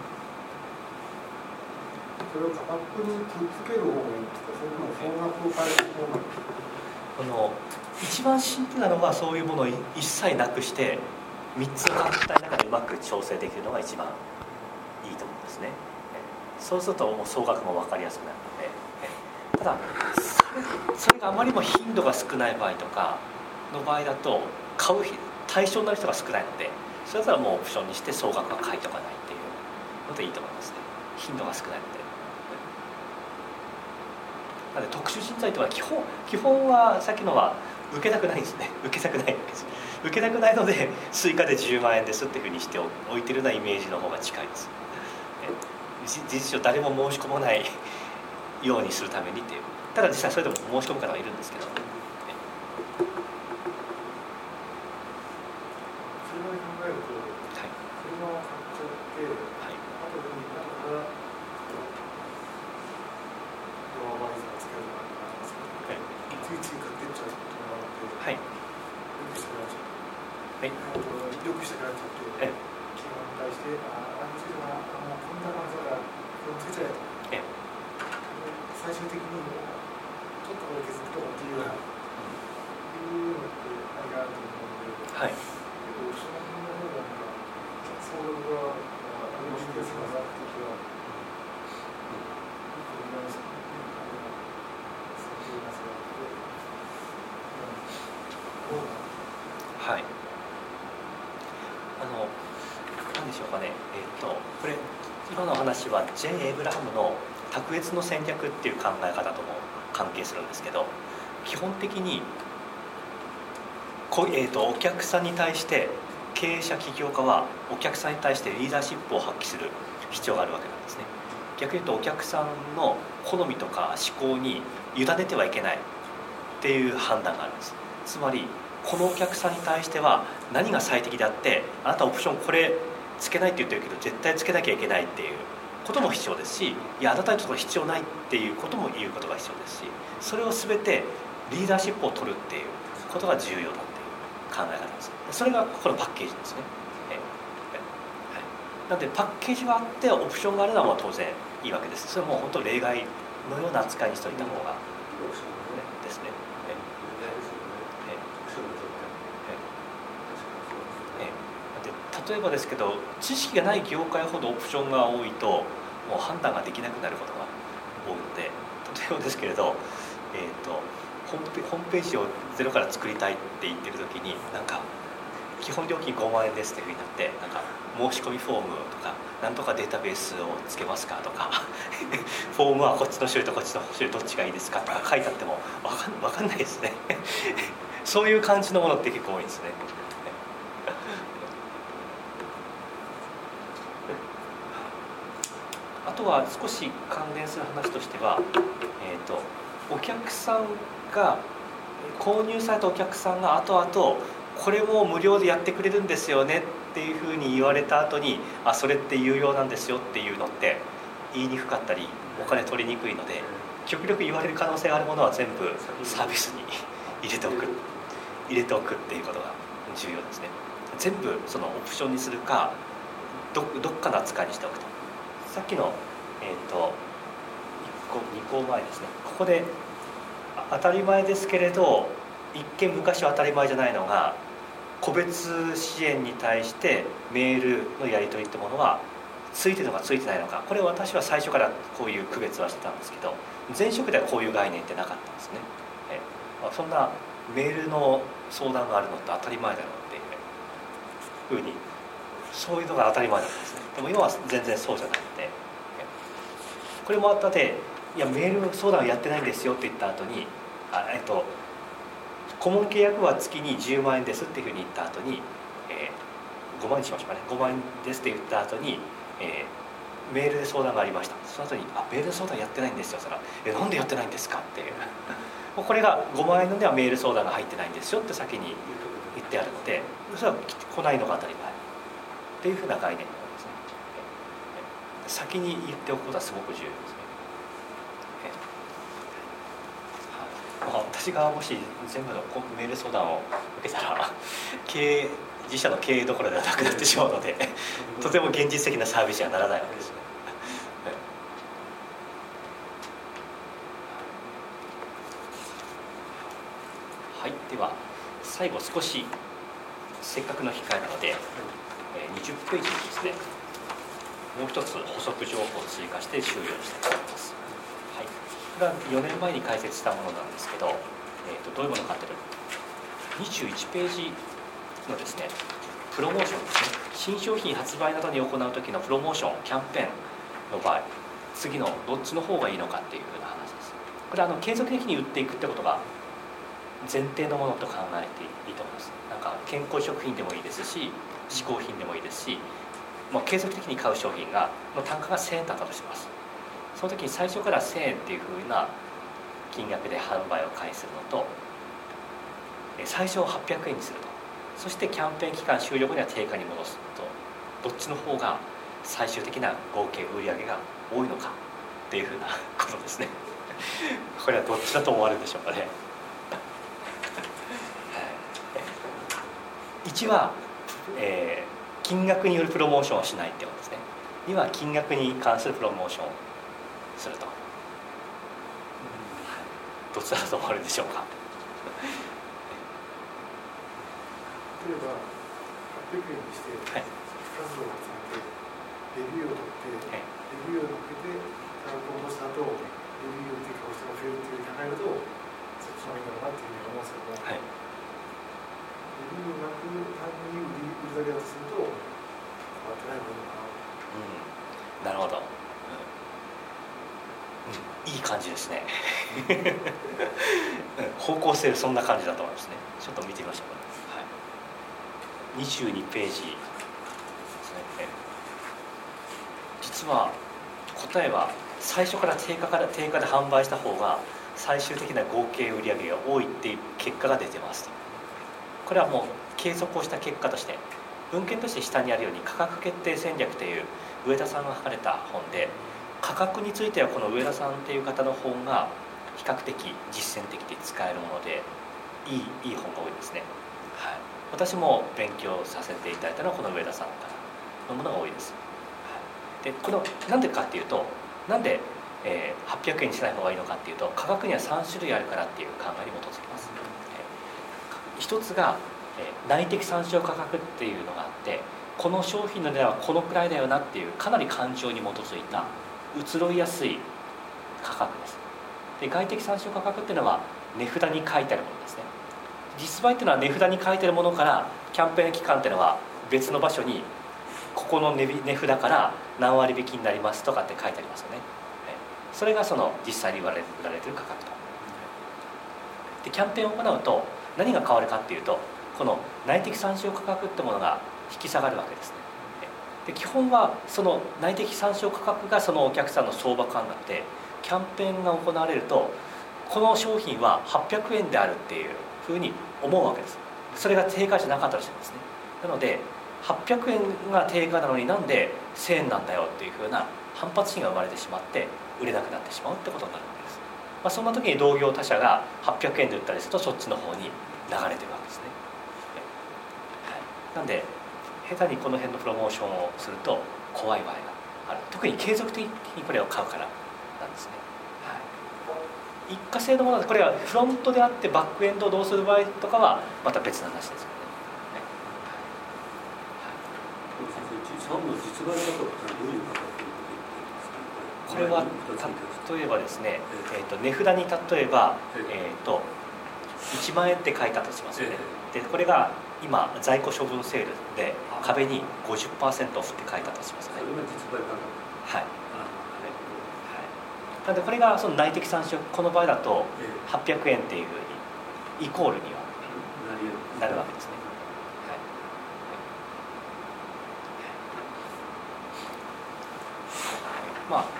それを価格にくっつける方がいいんですか、それとも総額を変える方がいいんですか。 この一番シンプルなのはそういうものを一切なくしてみっつの価格帯の中でうまく調整できるのが一番いいと思うんですね。そうするともう総額も分かりやすくなるので、ただそれがあまりにも頻度が少ない場合とかの場合だと買う対象になる人が少ないので、それだったらもうオプションにして総額は書いておかないっていうのでいいと思いますね。頻度が少ないので。なので特殊人材とは基本基本はさっきのは受けたくないんですね。受けたくないわけです。受けたくないので追加でじゅうまんえんですっていうふうにしておいてるようなイメージの方が近いです。事実上誰も申し込まないようにするためにっていう。ただ実際それでも申し込む方はいるんですけど、ね、 それまで考えると、はい、車を買っちゃって、はい、あとでなんかドアバイザーつけるのがありますけど、はい、ついつい買ってっちゃうことがあって、はい、よくしてくれちゃって、はい、よくしてくれちゃって、はい、基本に対して、ああ、ついてはこんな感じだから、これつけちゃえと。最終的にちょっとこれ削るとっていうような、いうのって何があると思うので、はい。オプションの方がなんかそれがありますけど、その時は、よく見直すね、そういうやつがあって、どうなの？はい。 あの、なんでしょうかね、えっと、これ、今の話は J. エイブラハムの卓越の戦略っていう考え方とも関係するんですけど、基本的にこ、えー、とお客さんに対して経営者起業家はお客さんに対してリーダーシップを発揮する必要があるわけなんですね。逆に言うとお客さんの好みとか思考に委ねてはいけないっていう判断があるんです。つまりこのお客さんに対しては何が最適であって、あなたオプションこれつけないって言ってるけど絶対つけなきゃいけないっていうことも必要ですし、いやあなたにところ必要ないっていうことも言うことが必要ですし、それを全てリーダーシップを取るっていうことが重要だっていう考え方です。それがこのパッケージですね。ええ、はい、なのでパッケージがあってオプションがあるのは当然いいわけです。それはもう本当例外のような扱いにしておいた方が、ね、ですね。例えばですけど、知識がない業界ほどオプションが多いともう判断ができなくなることが多いので、例えばですけれど、えーと、ホームペ、ホームページをゼロから作りたいって言ってる時になんか基本料金ごまんえんですっていうふうになって、なんか申し込みフォームとかなんとかデータベースをつけますかとかフォームはこっちの種類とこっちの種類どっちがいいですかとか書いてあっても分かん、分かんないですねそういう感じのものって結構多いんですね。あとは少し関連する話としては、えーと、お客さんが購入されたお客さんが後々 これも無料でやってくれるんですよねっていうふうに言われた後に、あ、それって有料なんですよっていうのって言いにくかったりお金取りにくいので、極力言われる可能性があるものは全部サービスに入れておく入れておくっていうことが重要ですね。全部そのオプションにするか ど, どっかの扱いにしておくと。さっきの、えー、といっこにこまえですね。ここで当たり前ですけれど一見昔は当たり前じゃないのが、個別支援に対してメールのやり取りってものがついてるのかついてないのか、これ私は最初からこういう区別はしてたんですけど、前職ではこういう概念ってなかったんですね。えそんなメールの相談があるのって当たり前だろうっていうふうに、そういうのが当たり前だったんですね。でも今は全然そうじゃなくて、これもあったで、いやメール相談はやってないんですよって言った後に、あえっと顧問契約は月にじゅうまんえんですっていうふうに言った後に、えー、ごまんにしましょうかね、ごまんえんですって言った後に、えー、メールで相談がありました。その後に「あメール相談やってないんですよ」そしたら「えなんでやってないんですか?」っていうこれがごまんえんのではメール相談が入ってないんですよって先に言ってあるので、それは来ないのが当たり前っていうふうな概念なんですね。先に言っておくことはすごく重要ですね。私がもし全部のメール相談を受けたら経営自社の経営どころではなくなってしまうのでとても現実的なサービスにはならないわけですね。はい、では最後少しせっかくの機会なのでにじゅっページにですね、もう一つ補足情報を追加して終了したいと思います。はい、これはよねんまえに開設したものなんですけど、えー、とどういうものかというとにじゅういちページのですね、プロモーションですね、新商品発売などに行う時のプロモーションキャンペーンの場合、次のどっちの方がいいのかっていうふうな話です。これはあの継続的に売っていくってことが前提のものと考えていいと思います。なんか健康食品でもいいですし、嗜好品でもいいですし、もう継続的に買う商品がの単価がせんえんだったとします。その時に最初からせんえんっていうふうな金額で販売を開始するのと、最初をはっぴゃくえんにすると、そしてキャンペーン期間終了後には定価に戻すと、どっちの方が最終的な合計売上が多いのかっていうふうなことですね。これはどっちだと思われるでしょうかね。いちは、えー、金額によるプロモーションをしないってことですね。には金額に関するプロモーションをすると、どちらだと思われるでしょうか。 例えばはっぴゃくえんにして、はい、数を集めてレビューを取って、はい、レビューを乗っけて価格を戻した後レビューを見て買う人が増えるっていう考えるとそっちの方がいいのかなっていうふうに思うんですけども、はい、レビューなく単に売るだけだとすると変わってないものかな。 うん、なるほど、うんうん、いい感じですね。方向性そんな感じだと思いますね。ちょっと見てみましょうか。にじゅうにページですね。実は答えは最初から定価から定価で販売した方が最終的な合計売上が多いっていう結果が出てますと。これはもう計測をした結果として、文献として下にあるように価格決定戦略という上田さんが書かれた本で、価格についてはこの上田さんっていう方の本が比較的実践的で使えるものでいい、いい本が多いですね。はい、私も勉強させていただいたのはこの上田さんからのものが多いです。はい、でこのなんでかっていうと、なんで、えー、はっぴゃくえんにしない方がいいのかっていうと、価格にはさん種類あるからっていう考えに基づきます。えー、一つが、えー、内的参照価格っていうのがあって、この商品の値段はこのくらいだよなっていうかなり感情に基づいた移ろいやすい価格です。で外的参照価格っていうのは値札に書いてあるものですね。実売っていうのは値札に書いてあるものからキャンペーン期間っていうのは別の場所にここの 値, 値札から何割引きになりますとかって書いてありますよね。それがその実際に売られ売られている価格と。でキャンペーンを行うと何が変わるかっていうと、この内的参照価格ってものが引き下がるわけですね。で基本はその内的参照価格がそのお客さんの相場感覚で、キャンペーンが行われるとこの商品ははっぴゃくえんであるっていうふうに思うわけです。 それが定価じゃなかったとしてるんですね。なのではっぴゃくえんが定価なのになんでせんえんなんだよっていうふうな反発心が生まれてしまって売れなくなってしまうってことになるわけです。まあ、そんな時に同業他社がはっぴゃくえんで売ったりするとそっちの方に流れてるわけですね。はい、なんで下手にこの辺のプロモーションをすると怖い場合がある。特に継続的にこれを買うからなんですね。はい、一過性のものでこれはフロントであってバックエンドをどうする場合とかはまた別の話ですけどね。 さんの実売価格ってどういう価格これは例えばですね、えー、と値札に例えば、えー、といちまんえんって書いたとしますよね。でこれが今在庫処分セールで壁に ごじゅっパーセント オフって書いたとしますよね。 それが実売価格。 はい。なのでこれがその内的参照、この場合だとはっぴゃくえんっていうふうにイコールにはなるわけですね。まあ、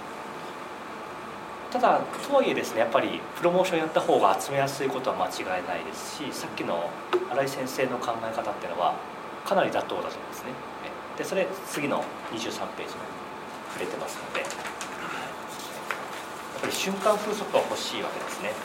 ただとはいえですね、やっぱりプロモーションやった方が集めやすいことは間違いないですし、さっきの新井先生の考え方っていうのはかなり妥当だと思うんですね。でそれ次のにじゅうさんページに触れてますので、やっぱり瞬間風速が欲しいわけですね。はい、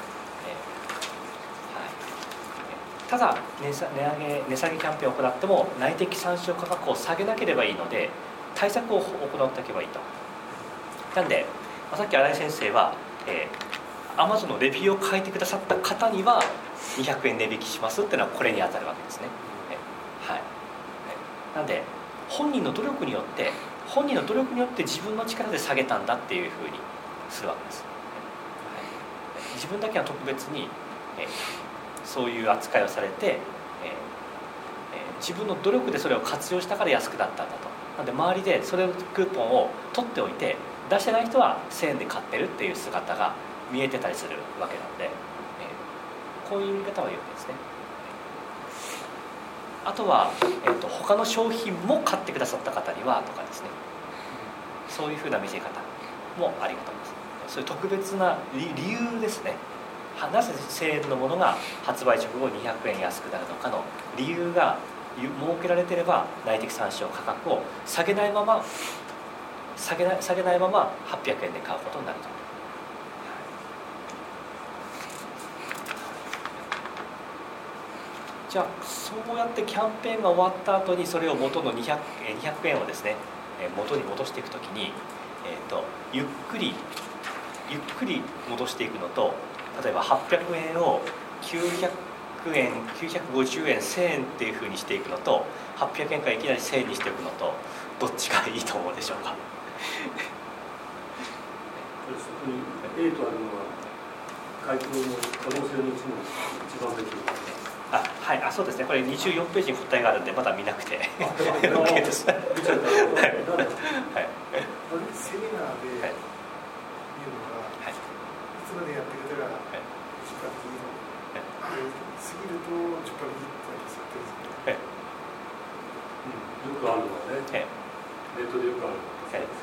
ただ値下げ値下げキャンペーンを行っても内的参照価格を下げなければいいので対策を行っておけばいいと。なんで、まあ、さっき新井先生は、えー、Amazon のレビューを書いてくださった方にはにひゃくえん値引きしますっていうのはこれに当たるわけですね。はい、なんで本人の努力によって本人の努力によって自分の力で下げたんだっていうふうにするわけです。はい、自分だけは特別に、えー、そういう扱いをされて、えーえー、自分の努力でそれを活用したから安くなったんだと。なんで周りでそれをクーポンを取っておいて出してない人はせんえんで買ってるっていう姿が見えてたりするわけなので、えー、こういう見方はいいわけですね。あとは、えーと、他の商品も買ってくださった方にはとかですね、そういうふうな見せ方もありがとうございます。そういう特別な 理, 理由ですね。なぜせんえんのものが発売直後にひゃくえん安くなるのかの理由が設けられていれば内的参照価格を下げないまま下げない、下げないままはっぴゃくえんで買うことになると。じゃあそうやってキャンペーンが終わった後にそれを元のにひゃくえんをですね元に戻していくときに、えーと、ゆっくりゆっくり戻していくのと、例えばはっぴゃくえんをきゅうひゃくえんきゅうひゃくごじゅうえんせんえんっていうふうにしていくのと、はっぴゃくえんからいきなりせんえんにしていくのとどっちがいいと思うでしょうか。 そこに A とあるのは回答の可能性のうちの一番別に。 あ、はい、あ、そうですね。これにじゅうよんページに答えがあるんでまだ見なくて OK です。はい。 セミナーで見るのが、はい、いつまでやってくれたら一番いいの、はい、過ぎるとじゅっパーセント引きとか設定ですね。 うん、よくあるのはね、ネットでよくあるのはですね。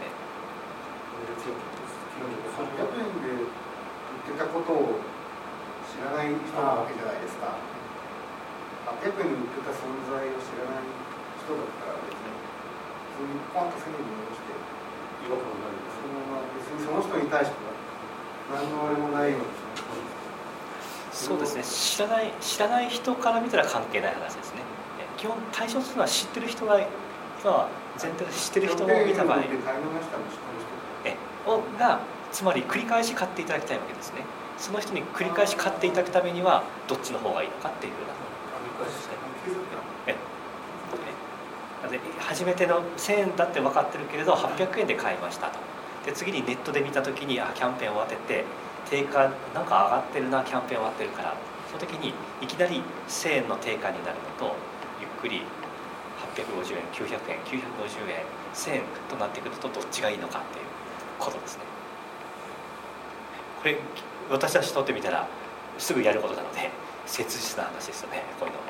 はっぴゃくえんで売ってたことを知らない人なわけじゃないですか。はっぴゃくえんで売ってた存在を知らない人だったら別に普通にポンとせんえんに戻して違和感がないです。 そのまま別にその人に対しては何のあれもないような。 そうですね。知らない知らない人から見たら関係ない話ですね。基本対象するのは知ってる人が今前提で知ってる人を見た場合えをがつまり繰り返し買っていただきたいわけですね。その人に繰り返し買っていただくためにはどっちの方がいいのかっていうふうなええで初めてのせんえんだって分かってるけれどはっぴゃくえんで買いましたと。で次にネットで見た時にあキャンペーンを当てて定価なんか上がってるな、キャンペーン終わってるから、その時にいきなりせんえんの定価になるのとゆっくりはっぴゃくごじゅうえんきゅうひゃくえんきゅうひゃくごじゅうえんせんえんとなってくるとどっちがいいのかっていうことですね。これ私たちにとってみたらすぐやることなので切実な話ですよね。こういうの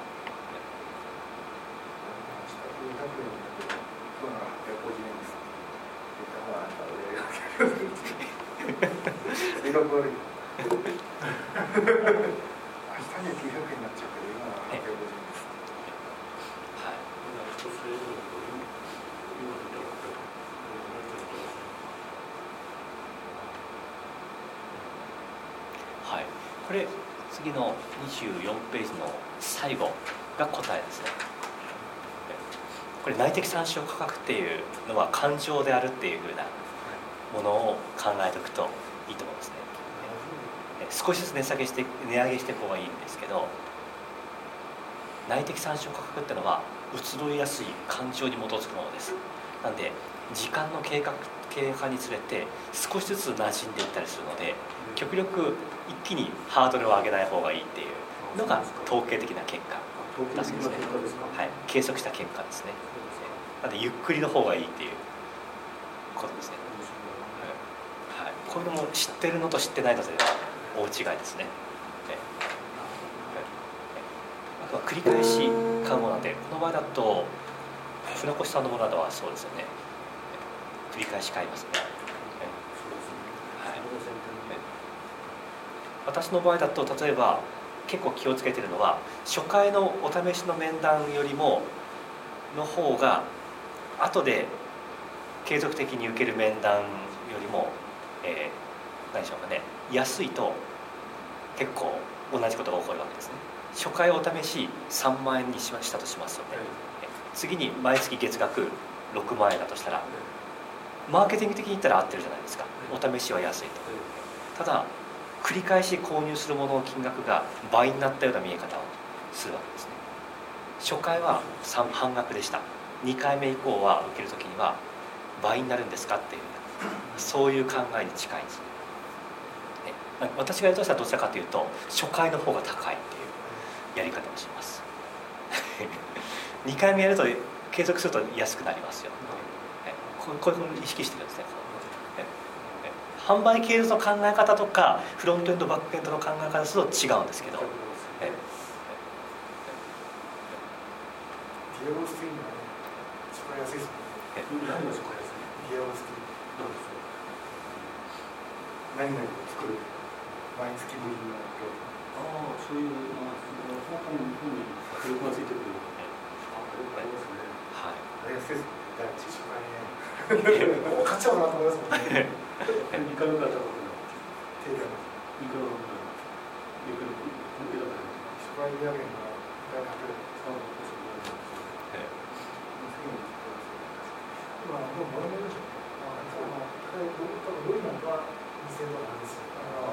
性格悪い明日にはきゅうひゃくえんになっちゃうけど今ははっぴゃくえんこれ次のにじゅうよんページの最後が答えですね。これ内的参照価格っていうのは感情であるっていうふうなものを考えておくといいと思いますね。少しずつ値下げして値上げしていく方がいいんですけど、内的参照価格っていうのは移ろいやすい感情に基づくものです。なんで時間の経過経過につれて少しずつ馴染んでいったりするので、極力一気にハードルを上げない方がいいっていうのが統計的な結果だそうですね。はい、計測した結果ですね。なのでゆっくりの方がいいっていうことですね。はい、こういうのも知ってるのと知ってないのでは大違いですね。あとは繰り返し買うものなんで、この場合だと船越さんのものなどはそうですよね。繰り返し買いますね。はい、私の場合だと例えば結構気をつけてるのは、初回のお試しの面談よりもの方が後で継続的に受ける面談よりも、えー、何でしょうかね、安いと結構同じことが起こるわけですね。初回お試しさんまんえんにしたとしますよね。次に毎月月額ろくまんえんだとしたら、マーケティング的に言ったら合ってるじゃないですか。お試しは安いと。ただ繰り返し購入するものの金額が倍になったような見え方をするわけですね。初回は半額でした。にかいめ以降は受けるときには倍になるんですかっていう、そういう考えに近いんですね。私がやるとしたらどちらかというと初回の方が高いっていうやり方をします。にかいめやると継続すると安くなりますよ。こういうふうに意識してるんですね。販売経路の考え方とかフロントエンドバックエンドの考え方すると違うんですけど、えディアゴスティーニはね、一番安いですもんね。何が一番安い？ディアゴスティーニ。何々を作る毎月分の量。 ああ、そういう、まあ、その本に記録がついてくる。あ、これですね。 はい。 あれ安いですね。第一初回ね。買っちゃおうかなと思いますもんね。 二回目から高くなる。 手で二回目からゆっくり抜けたから。 初回値上げがだいぶ高い。 ああ、そうですね。 まあ、でももらえるでしょうね。まあ、一回僕多分ロイなんかにせんえんとかなんですよ。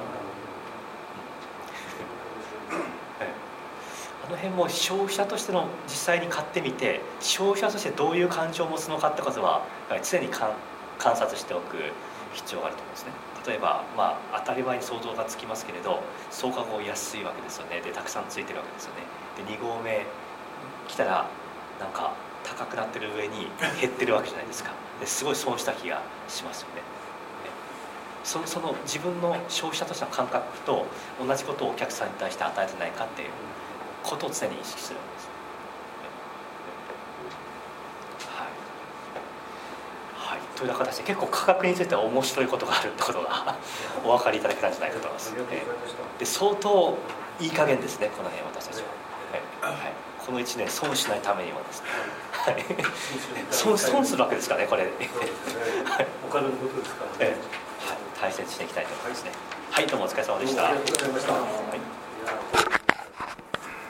あの辺も消費者としての実際に買ってみて、消費者としてどういう感情を持つのかってことは常に観察しておく必要があると思うんですね。例えば、まあ、当たり前に想像がつきますけれど、総価後安いわけですよね。でたくさんついてるわけですよね。でに合目来たらなんか高くなってる上に減ってるわけじゃないですか。ですごい損した気がしますよね。その、その自分の消費者としての感覚と同じことをお客さんに対して与えてないかっていうことを常に意識するんです。はい、はい、というような形で結構価格については面白いことがあるってことがお分かりいただけたんじゃないかと思います。で相当いい加減ですね、この辺私たちは。はい、はい、このいちねん損しないためにもですね、はい、損, 損するわけですからね、これ。 お金のことですからね。 はい、大切にしていきたいと思いますね。はい、どうもお疲れ様でした。 ありがとうございました。